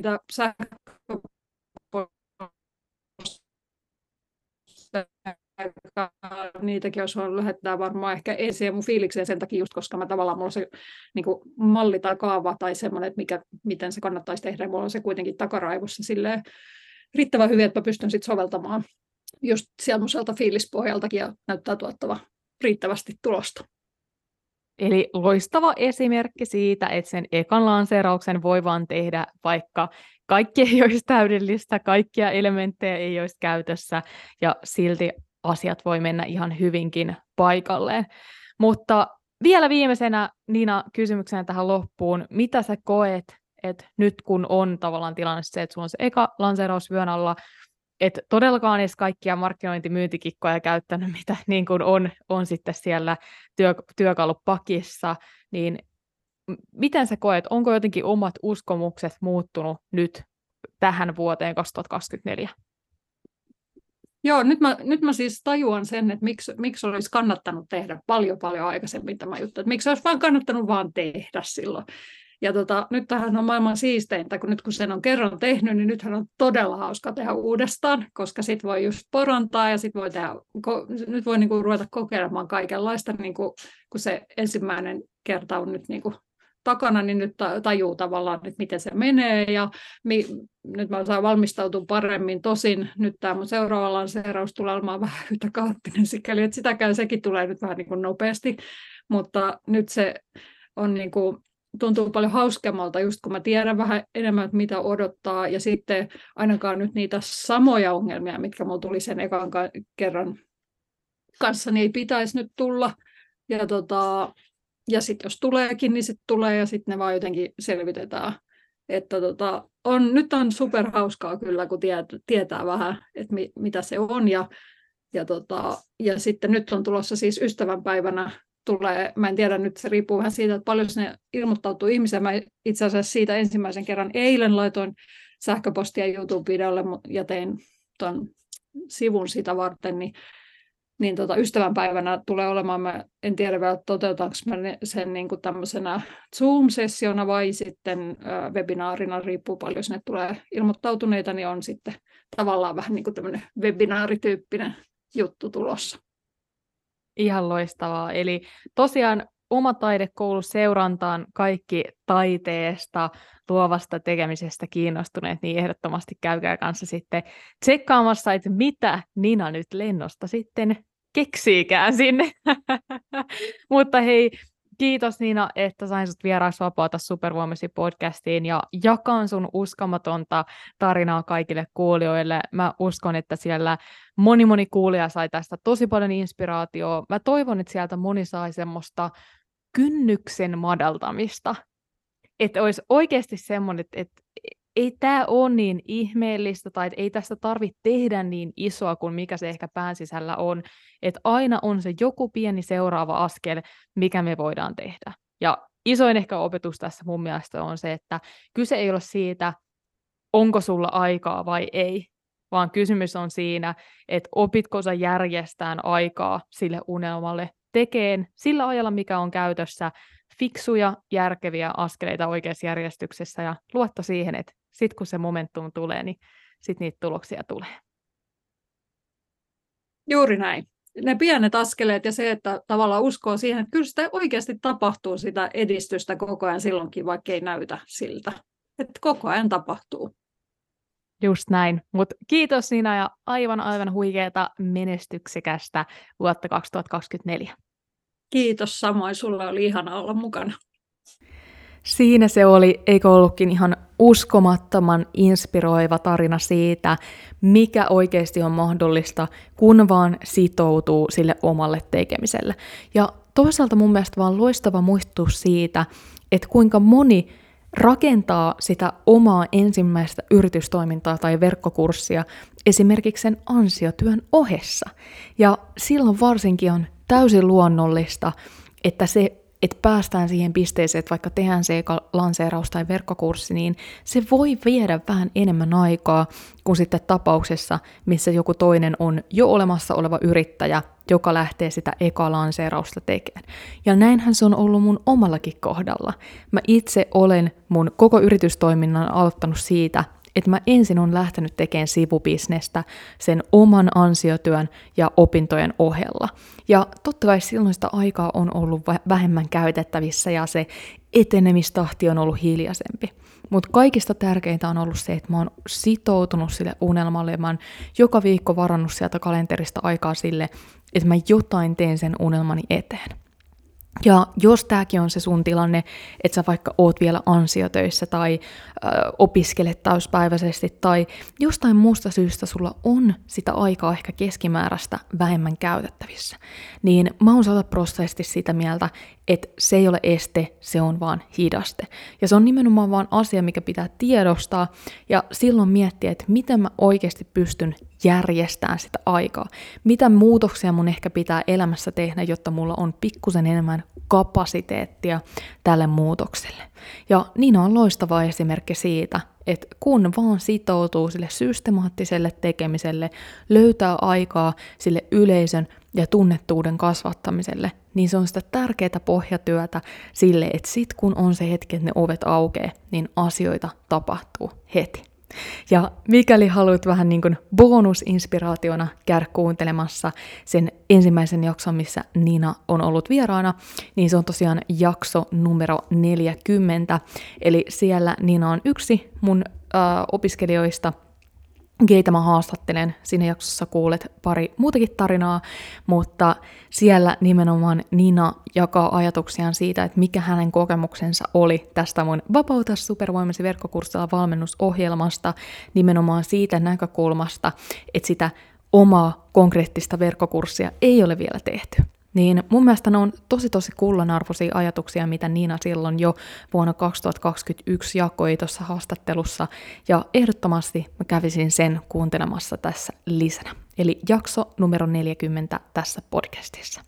Niitäkin olisi voinut lähettää varmaan ehkä ensin ja mun fiilikseen sen takia just, koska mä tavallaan mulla on se niin kuin malli tai kaava tai semmoinen, että mikä, miten se kannattaisi tehdä, ja mulla on se kuitenkin takaraivossa silleen riittävän hyvin, että mä pystyn sit soveltamaan just semmoiselta fiilispohjaltakin ja näyttää tuottava riittävästi tulosta. Eli loistava esimerkki siitä, että sen ekan lanseerauksen voi vaan tehdä, vaikka kaikki ei olisi täydellistä, kaikkia elementtejä ei olisi käytössä, ja silti asiat voi mennä ihan hyvinkin paikalleen. Mutta vielä viimeisenä, Niina, kysymyksenä tähän loppuun. Mitä sä koet, että nyt kun on tavallaan tilanne se, että sulla on se eka lanseeraus vyön alla, että todellakaan edes kaikkia markkinointimyyntikikkoja käyttänyt, mitä niin kuin on, on sitten siellä työ, työkalupakissa, niin miten sä koet, onko jotenkin omat uskomukset muuttunut nyt tähän vuoteen kaksituhattakaksikymmentäneljä? Joo, nyt mä, nyt mä siis tajuan sen, että miksi, miksi olisi kannattanut tehdä paljon paljon aikaisemmin tämä juttu, että miksi olisi vaan kannattanut vaan tehdä silloin. Ja tota, nyt tähän on maailman siisteintä, kun nyt kun sen on kerran tehnyt, niin nythän on todella hauska tehdä uudestaan, koska sit voi just porantaa ja sit voi tehdä, nyt voi niinku ruveta kokeilemaan kaikenlaista, niinku, kun se ensimmäinen kerta on nyt niinku takana, niin nyt tajuu tavallaan, että miten se menee, ja mi, nyt mä saan valmistautua paremmin. Tosin nyt tämä mun seuraava lanseeraus tulee olemaan vähän yhtä kaoottinen sikäli, että sitäkään sekin tulee nyt vähän niin kuin nopeasti, mutta nyt se on niin kuin, tuntuu paljon hauskemmalta, just kun mä tiedän vähän enemmän, että mitä odottaa, ja sitten ainakaan nyt niitä samoja ongelmia, mitkä mulla tuli sen ekan kerran kanssa, niin ei pitäisi nyt tulla, ja tota, ja sitten jos tuleekin, niin sitten tulee ja sitten ne vaan jotenkin selvitetään. Että tota, on, nyt on superhauskaa kyllä, kun tiet, tietää vähän, että mi, mitä se on. Ja, ja, tota, ja sitten nyt on tulossa siis ystävänpäivänä, tulee, mä en tiedä nyt, se riippuu vähän siitä, että paljon sinne ilmoittautuu ihmisiä. Mä itse asiassa siitä ensimmäisen kerran eilen laitoin sähköpostia YouTube-videolle ja tein tuon sivun sitä varten, niin niin tota, ystävänpäivänä tulee olemaan, mä en tiedä vielä toteutaanko mä sen niin kuin tämmöisenä Zoom-sessiona vai sitten ä, webinaarina, riippuu paljon, jos ne tulee ilmoittautuneita, niin on sitten tavallaan vähän niin kuin tämmöinen webinaarityyppinen juttu tulossa. Ihan loistavaa. Eli tosiaan oma taidekoulu seurantaan kaikki taiteesta, luovasta tekemisestä kiinnostuneet, niin ehdottomasti käykää kanssa sitten tsekkaamassa, että mitä Nina nyt lennosta sitten keksiikään sinne. Mutta hei, kiitos Nina, että sain sut vieraaksi Vapaata Supervoimasi podcastiin ja jakan sun uskomatonta tarinaa kaikille kuulijoille. Mä uskon, että siellä moni moni kuulija sai tästä tosi paljon inspiraatiota. Mä toivon, että sieltä moni sai semmoista kynnyksen madaltamista. Että olisi oikeasti semmoinen, että, että ei tämä ole niin ihmeellistä tai ei tästä tarvitse tehdä niin isoa kuin mikä se ehkä pään sisällä on. Että aina on se joku pieni seuraava askel, mikä me voidaan tehdä. Ja isoin ehkä opetus tässä mun mielestä on se, että kyse ei ole siitä, onko sulla aikaa vai ei, vaan kysymys on siinä, että opitko sä järjestään aikaa sille unelmalle tekeen sillä ajalla, mikä on käytössä, fiksuja, järkeviä askeleita oikeassa järjestyksessä ja luotto siihen, että sitten kun se momentum tulee, niin sitten niitä tuloksia tulee. Juuri näin. Ne pienet askeleet ja se, että tavallaan uskoo siihen, että kyllä sitä oikeasti tapahtuu sitä edistystä koko ajan silloinkin, vaikka ei näytä siltä. Että koko ajan tapahtuu. Just näin. Mutta kiitos Nina ja aivan aivan huikeata menestyksekästä vuotta kaksituhattakaksikymmentäneljä. Kiitos samoin, sulla oli ihana olla mukana. Siinä se oli, eikö ollutkin ihan uskomattoman inspiroiva tarina siitä, mikä oikeasti on mahdollista, kun vaan sitoutuu sille omalle tekemiselle. Ja toisaalta mun mielestä vaan loistava muistutus siitä, että kuinka moni rakentaa sitä omaa ensimmäistä yritystoimintaa tai verkkokurssia esimerkiksi sen ansiotyön ohessa. Ja silloin varsinkin on täysin luonnollista, että se että päästään siihen pisteeseen, että vaikka tehdään se eka lanseeraus tai verkkokurssi, niin se voi viedä vähän enemmän aikaa kuin sitten tapauksessa, missä joku toinen on jo olemassa oleva yrittäjä, joka lähtee sitä eka lanseerausta tekemään. Ja näinhän se on ollut mun omallakin kohdalla. Mä itse olen mun koko yritystoiminnan aloittanut siitä, että mä ensin on lähtenyt tekemään sivubisnestä sen oman ansiotyön ja opintojen ohella. Ja totta kai silloin sitä aikaa on ollut vähemmän käytettävissä ja se etenemistahti on ollut hiljaisempi. Mutta kaikista tärkeintä on ollut se, että mä oon sitoutunut sille unelmalle ja mä oon joka viikko varannut sieltä kalenterista aikaa sille, että mä jotain teen sen unelmani eteen. Ja jos tämäkin on se sun tilanne, että sä vaikka oot vielä ansiotöissä tai ö, opiskelet täyspäiväisesti tai jostain muusta syystä sulla on sitä aikaa ehkä keskimääräistä vähemmän käytettävissä, niin mä oon sataprosenttisesti sitä mieltä, että se ei ole este, se on vaan hidaste. Ja se on nimenomaan vaan asia, mikä pitää tiedostaa ja silloin miettiä, että miten mä oikeasti pystyn järjestämään sitä aikaa. Mitä muutoksia mun ehkä pitää elämässä tehdä, jotta mulla on pikkusen enemmän kapasiteettia tälle muutokselle. Ja Niina on loistava esimerkki siitä, että kun vaan sitoutuu sille systemaattiselle tekemiselle, löytää aikaa sille yleisön ja tunnettuuden kasvattamiselle, niin se on sitä tärkeää pohjatyötä sille, että sit kun on se hetki, että ne ovet aukeaa, niin asioita tapahtuu heti. Ja mikäli haluat vähän niin kuin bonusinspiraationa käydä kuuntelemassa sen ensimmäisen jakson, missä Niina on ollut vieraana, niin se on tosiaan jakso numero neljäkymmentä. Eli siellä Niina on yksi mun äh, opiskelijoista, keitä mä haastattelen. Siinä jaksossa kuulet pari muutakin tarinaa, mutta siellä nimenomaan Niina jakaa ajatuksiaan siitä, että mikä hänen kokemuksensa oli tästä mun Vapauta supervoimasi verkkokurssilla valmennusohjelmasta, nimenomaan siitä näkökulmasta, että sitä omaa konkreettista verkkokurssia ei ole vielä tehty. Niin mun mielestä ne on tosi tosi kullanarvoisia ajatuksia, mitä Niina silloin jo vuonna kaksituhattakaksikymmentäyksi jakoi tuossa haastattelussa, ja ehdottomasti mä kävisin sen kuuntelemassa tässä lisänä. Eli jakso numero neljäkymmentä tässä podcastissa.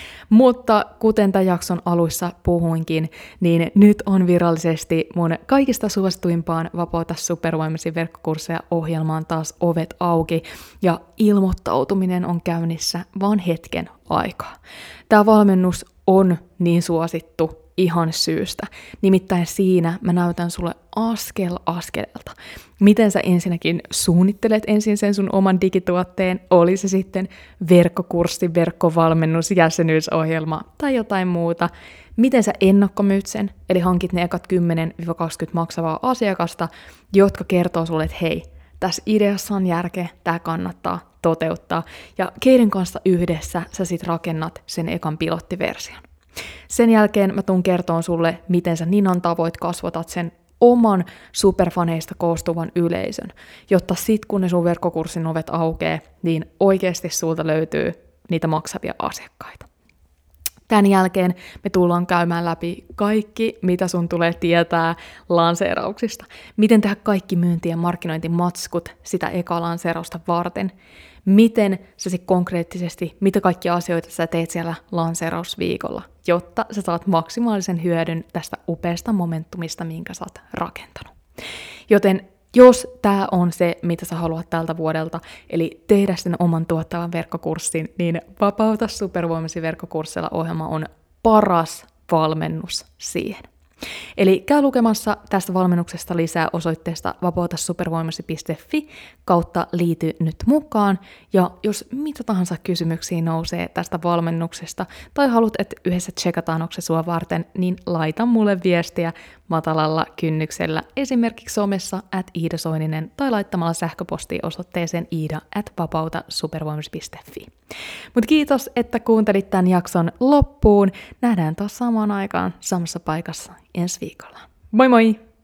Mutta kuten tämän jakson alussa puhuinkin, niin nyt on virallisesti mun kaikista suosituimpaan Vapauta supervoimasi verkkokursseja ohjelmaan taas ovet auki, ja ilmoittautuminen on käynnissä vaan hetken aikaa. Tämä valmennus on niin suosittu ihan syystä. Nimittäin siinä mä näytän sulle askel askeleelta, miten sä ensinnäkin suunnittelet ensin sen sun oman digituotteen, oli se sitten verkkokurssi, verkkovalmennus, jäsenyysohjelma tai jotain muuta, miten sä ennakkomyyt sen, eli hankit ne ekat kymmenen kaksikymmentä maksavaa asiakasta, jotka kertoo sulle, että hei, tässä ideassa on järkeä, tämä kannattaa toteuttaa, ja keiden kanssa yhdessä sä sit rakennat sen ekan pilottiversion. Sen jälkeen mä tuun kertoon sulle, miten sä Niinan tavoit kasvatat sen oman superfaneista koostuvan yleisön, jotta sit kun ne sun verkkokurssin ovet aukeaa, niin oikeasti sulta löytyy niitä maksavia asiakkaita. Tämän jälkeen me tullaan käymään läpi kaikki, mitä sun tulee tietää lanseerauksista. Miten tehdä kaikki myynti- ja markkinointimatskut sitä eka lanseerausta varten. Miten sä sit konkreettisesti, mitä kaikkia asioita sä teet siellä lanseerausviikolla, jotta sä saat maksimaalisen hyödyn tästä upeasta momentumista, minkä sä oot rakentanut. Joten jos tämä on se, mitä sä haluat tältä vuodelta, eli tehdä sen oman tuottavan verkkokurssin, niin Vapauta supervoimasi verkkokurssilla ohjelma on paras valmennus siihen. Eli käy lukemassa tästä valmennuksesta lisää osoitteesta vapautasupervoimasi piste fi kautta liity nyt mukaan. Ja jos mitä tahansa kysymyksiä nousee tästä valmennuksesta tai haluat, että yhdessä tsekataan, onko se sua varten, niin laita mulle viestiä matalalla kynnyksellä esimerkiksi somessa at Iida Soininen tai laittamalla sähköpostia osoitteeseen iida at vapautasupervoimasi piste fi. Mutta kiitos, että kuuntelit tämän jakson loppuun. Nähdään taas samaan aikaan samassa paikassa ensi viikolla. Moi moi!